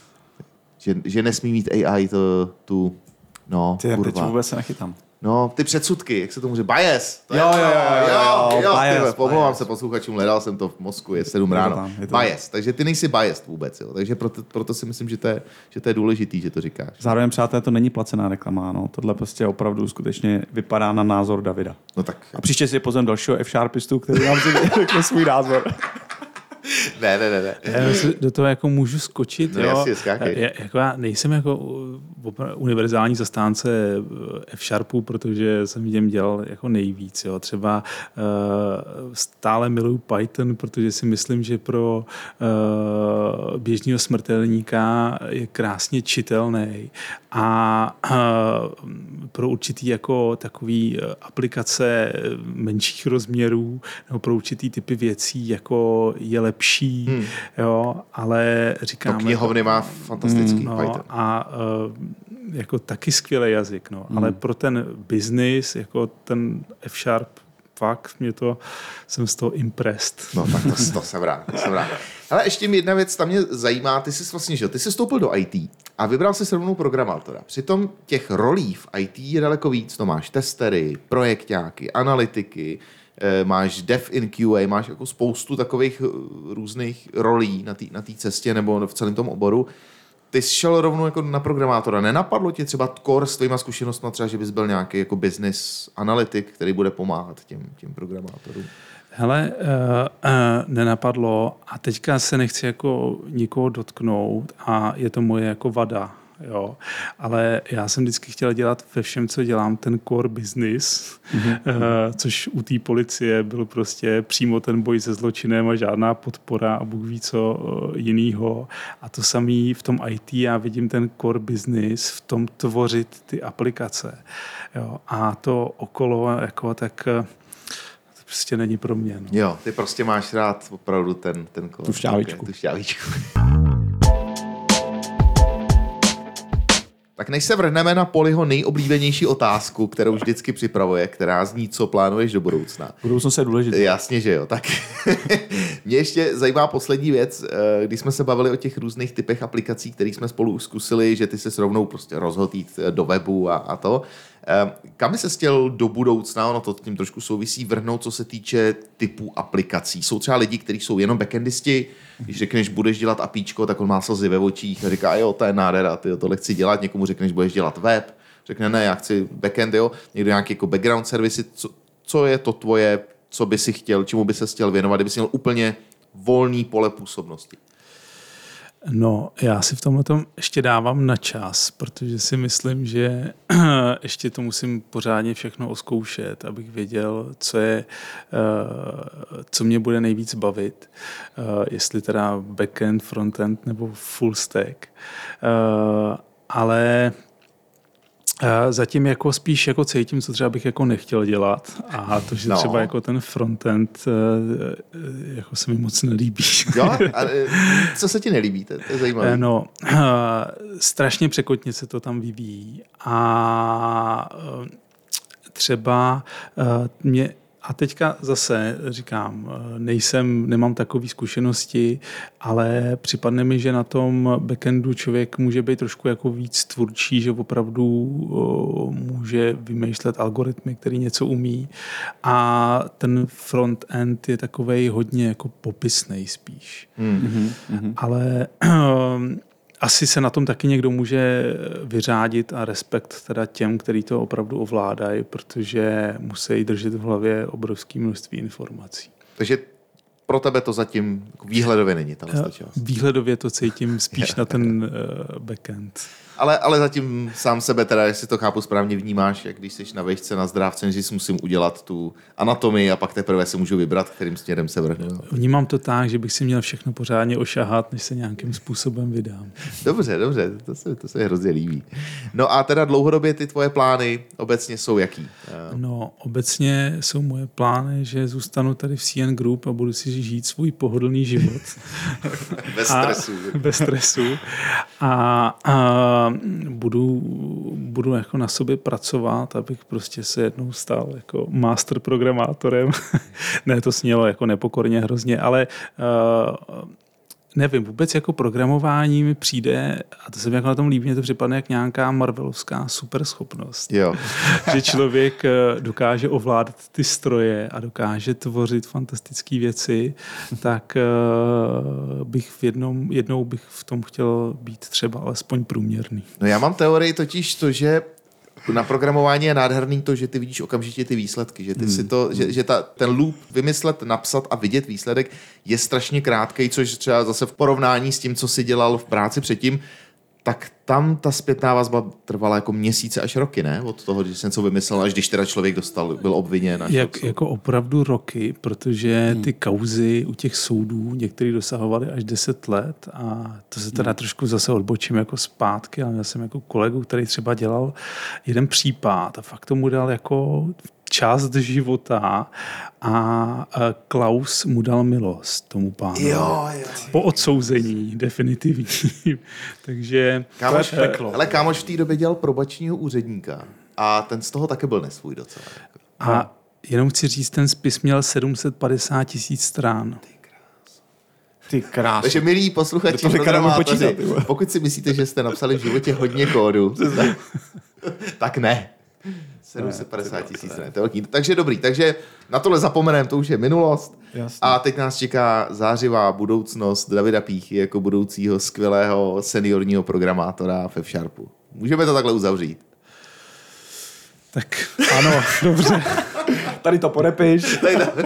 že, že nesmí mít A I to, tu, no, ty, kurva. Teď vůbec se nechytám. No, ty předsudky, jak se tomu říká, bias. To jo, jo, jo, jo, jo, jo, bias, tyhle, pomlouvám bias. se posluchačům, hledal jsem to v mozku, je sedm ráno. Tam, je to bias, takže ty nejsi biased vůbec, jo. Takže proto, proto si myslím, že to, je, že to je důležitý, že to říkáš. Zároveň, přátelé, to není placená reklama, no. Tohle prostě opravdu skutečně vypadá na názor Davida. No tak. A příště si pozvem dalšího F-Sharpistu, který nám si řekne svůj názor. Ne, ne, ne, ne. Já si do toho jako můžu skočit. No, jo. Jasně, skákej. Já, jako já nejsem jako univerzální zastánce F-Sharpu, protože jsem v něm dělal jako nejvíc. Jo. Třeba uh, stále miluju Python, protože si myslím, že pro uh, běžného smrtelníka je krásně čitelný a uh, pro určitý jako takový aplikace menších rozměrů nebo pro určitý typy věcí jako je lepší, hmm. jo, ale říkáme... To knihovny má fantastický no, Python. A uh, jako taky skvělý jazyk, no, hmm. ale pro ten business, jako ten F-Sharp, fakt mě to, jsem z toho impressed. No tak to, to jsem rád, to jsem rád. Ale ještě mi jedna věc, tam mě zajímá, ty jsi vlastně, že ty jsi vstoupil do í té a vybral si rovnou programátora. Přitom těch rolí v í té je daleko víc. To máš testery, projekťáky, analytiky, máš dev in Q A, máš jako spoustu takových různých rolí na té na té cestě nebo v celém tom oboru. Ty jsi šel rovnou jako na programátora. Nenapadlo tě třeba core s tvýma zkušenostmi, třeba, že bys byl nějaký jako business analytik, který bude pomáhat těm, těm programátorům? Hele, uh, uh, nenapadlo a teďka se nechci jako nikoho dotknout a je to moje jako vada. Jo. Ale já jsem vždycky chtěl dělat ve všem, co dělám, ten core business, mm-hmm. uh, což u té policie byl prostě přímo ten boj se zločinem a žádná podpora a Bůh ví co uh, jinýho. A to samý v tom í té já vidím ten core business v tom tvořit ty aplikace. Jo. A to okolo jako tak uh, to prostě není pro mě. No. Jo, ty prostě máš rád opravdu ten, ten core. Tu šťávičku. Tu šťávičku. Tak než se vrhneme na Poliho nejoblíbenější otázku, kterou vždycky připravuje, která zní, co plánuješ do budoucna. Budoucnost je důležitá. Jasně, že jo. Tak mě ještě zajímá poslední věc, když jsme se bavili o těch různých typech aplikací, které jsme spolu už zkusili, že ty se rovnou prostě rozhodl jít do webu a, a to. Kam by se chtěl do budoucna, ono to tím trošku souvisí, vrhnout, co se týče typů aplikací? Jsou třeba lidi, kteří jsou jenom backendisti, když řekneš, budeš dělat apíčko, tak on má slzy ve očích a říká, jo, to je nádhera, ty tohle chci dělat. Někomu řekneš, budeš dělat web, řekne, ne, já chci backend, jo. Někdo nějaký jako background servisy, co, co je to tvoje, co by si chtěl, čemu by se chtěl věnovat, kdyby si měl úplně volný pole působnosti? No, já si v tomhle tom ještě dávám na čas, protože si myslím, že ještě to musím pořádně všechno oskoušet, abych věděl, co je, co mě bude nejvíc bavit, jestli teda backend, frontend nebo full stack. Ale zatím jako spíš jako cítím, co třeba bych jako nechtěl dělat a to, že no. třeba jako ten frontend jako se mi moc nelíbí. Jo? A co se ti nelíbí? To je zajímavé. No, strašně překotně se to tam vyvíjí a třeba mě a teďka zase říkám, nejsem, nemám takové zkušenosti, ale připadne mi, že na tom backendu člověk může být trošku jako víc tvůrčí, že opravdu může vymýšlet algoritmy, který něco umí a ten front-end je takovej hodně jako popisnej spíš. Mm-hmm. Ale asi se na tom taky někdo může vyřádit a respekt teda těm, kteří to opravdu ovládají, protože musí držet v hlavě obrovské množství informací. Takže pro tebe to zatím výhledově není ta část. Výhledově to cítím spíš na ten uh, backend. Ale, ale zatím sám sebe, teda, jestli to chápu správně, vnímáš, jak když jsi na vejšce na zdrávce, že si musím udělat tu anatomii a pak teprve se můžu vybrat, kterým směrem se vrhnu. Vnímám to tak, že bych si měl všechno pořádně ošahat, než se nějakým způsobem vydám. Dobře, dobře, to se, to se hrozně líbí. No a teda dlouhodobě ty tvoje plány obecně jsou jaký? No, obecně jsou moje plány, že zůstanu tady v C N Group a budu si žít svůj pohodlný život. Bez stresu. A, bez stresu. A, a budu, budu jako na sobě pracovat, abych prostě se jednou stal jako master programátorem. Ne, to snělo jako nepokorně hrozně, ale uh, nevím, vůbec jako programování mi přijde, a to se mi jako na tom líbí, mě to připadne jak nějaká marvelovská superschopnost. Jo. Že člověk dokáže ovládat ty stroje a dokáže tvořit fantastické věci, tak uh, bych v jednom, jednou bych v tom chtěl být třeba alespoň průměrný. No já mám teorii totiž to, že na programování je nádherný to, že ty vidíš okamžitě ty výsledky, že ty hmm. si to, že, že ta, ten loop vymyslet, napsat a vidět výsledek je strašně krátkej, což třeba zase v porovnání s tím, co si dělal v práci předtím, tak tam ta zpětná vazba trvala jako měsíce až roky, ne? Od toho, když jsem něco vymyslel, až když teda člověk dostal, byl obviněn. Jak, jako opravdu roky, protože hmm. ty kauzy u těch soudů některý dosahovaly až deset let a to se teda hmm. trošku zase odbočím jako zpátky, ale já jsem jako kolegu, který třeba dělal jeden případ a fakt tomu dal jako část života a Klaus mu dal milost tomu pánu. Jo, jo. Po odsouzení, definitivní. Takže kámoš, to je peklo. Ale kámoš v té době dělal probačního úředníka a ten z toho taky byl nesvůj docela. A jenom chci říct, ten spis měl sedm set padesát tisíc stran. Ty krásně. Takže milí posluchači, programátoři, pokud si myslíte, že jste napsali v životě hodně kódu, tak ne. sedm set padesát tisíc, ne, to je velký. Takže dobrý, takže na tohle zapomeneme, to už je minulost. Jasný. A teď nás čeká zářivá budoucnost Davida Píchy jako budoucího skvělého seniorního programátora v F-Sharpu. Můžeme to takhle uzavřít? Tak Ano, dobře. Tady to podepiš.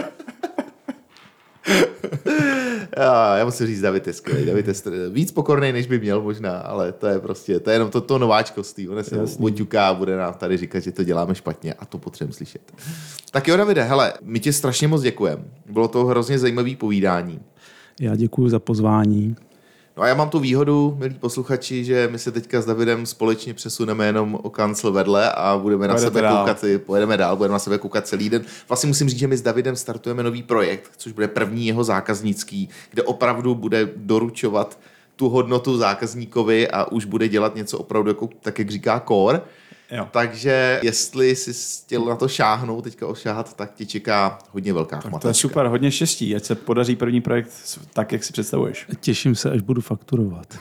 Já, já musím říct, David je skvělý. David je str- víc pokornej, než by měl možná, ale to je prostě, to je jenom to, to nováčkostí. On se odťuká a bude nám tady říkat, že to děláme špatně a to potřebujeme slyšet. Tak jo, Davide, hele, my ti strašně moc děkujeme. Bylo to hrozně zajímavý povídání. já děkuji za pozvání. No a já mám tu výhodu, milí posluchači, že my se teďka s Davidem společně přesuneme jenom o kancel vedle a budeme na Pojedete sebe dál. koukat, pojedeme dál, budeme na sebe koukat celý den. Vlastně musím říct, že my s Davidem startujeme nový projekt, což bude první jeho zákaznický, kde opravdu bude doručovat tu hodnotu zákazníkovi a už bude dělat něco opravdu, jako, tak jak říká core. Jo. Takže jestli jsi chtěl na to šáhnout, teďka ošáhat, tak tě čeká hodně velká chmatačka. To je super, hodně štěstí, ať se podaří první projekt tak, jak si představuješ. Těším se, až budu fakturovat.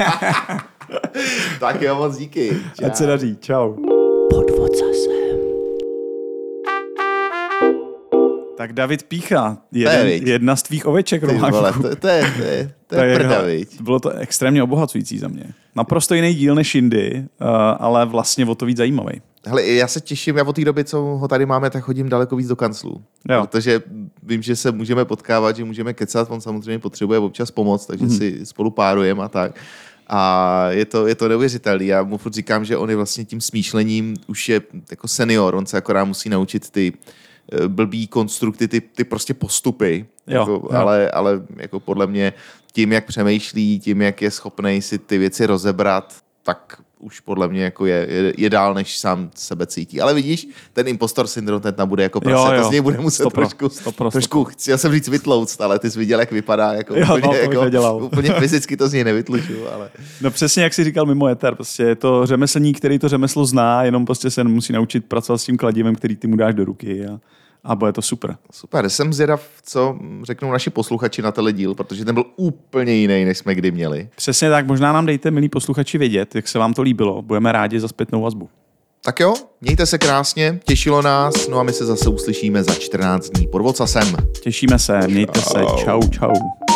Tak jo, moc díky. Čau. Ať se daří, čau. Podvod zase. Tak David Pícha, To je, jeden, viď. jedna z tvých oveček, Ty vole, Romáku. to, to je, to je, to To je je prda, jeho- viď. Bylo to extrémně obohacující za mě. Naprosto jiný díl než jindy, uh, ale vlastně o to víc zajímavý. Hele, já se těším, já od té doby, co ho tady máme, tak chodím daleko víc do kanclu. Jo. Protože vím, že se můžeme potkávat, že můžeme kecat, on samozřejmě potřebuje občas pomoc, takže mm-hmm. si spolu párujeme a tak. A je to, je to neuvěřitelný. Já mu furt říkám, že on je vlastně tím smýšlením už je jako senior, on se akorát musí naučit ty eh, blbý konstrukty, ty, ty prostě postupy. Jo, jako, jo. Ale, ale jako podle mě tím, jak přemýšlí, tím, jak je schopnej si ty věci rozebrat, tak už podle mě jako je, je, je dál, než sám sebe cítí. Ale vidíš, ten impostor syndrom ten tam bude jako prase, to z něj bude muset Stopro, trošku, stopro, trošku, chci, já jsem říct vytlouct, ale ty jsi viděl, jak vypadá, jako Jo, úplně, no, to bych jako, nedělal. úplně fyzicky to z něj nevytluču, ale... No přesně jak jsi říkal mimo éter, prostě je to řemeslník, který to řemeslo zná, jenom prostě se musí naučit pracovat s tím kladivem, který ty mu dáš do ruky a, a bude to super. Super, jsem zvědav, co řeknou naši posluchači na tenhle díl, protože ten byl úplně jiný, než jsme kdy měli. Přesně tak, možná nám dejte, milí posluchači, vědět, jak se vám to líbilo. Budeme rádi za zpětnou vazbu. Tak jo, mějte se krásně, těšilo nás, no a my se zase uslyšíme za čtrnáct dní pod vocasem. Těšíme se, mějte se, čau, čau.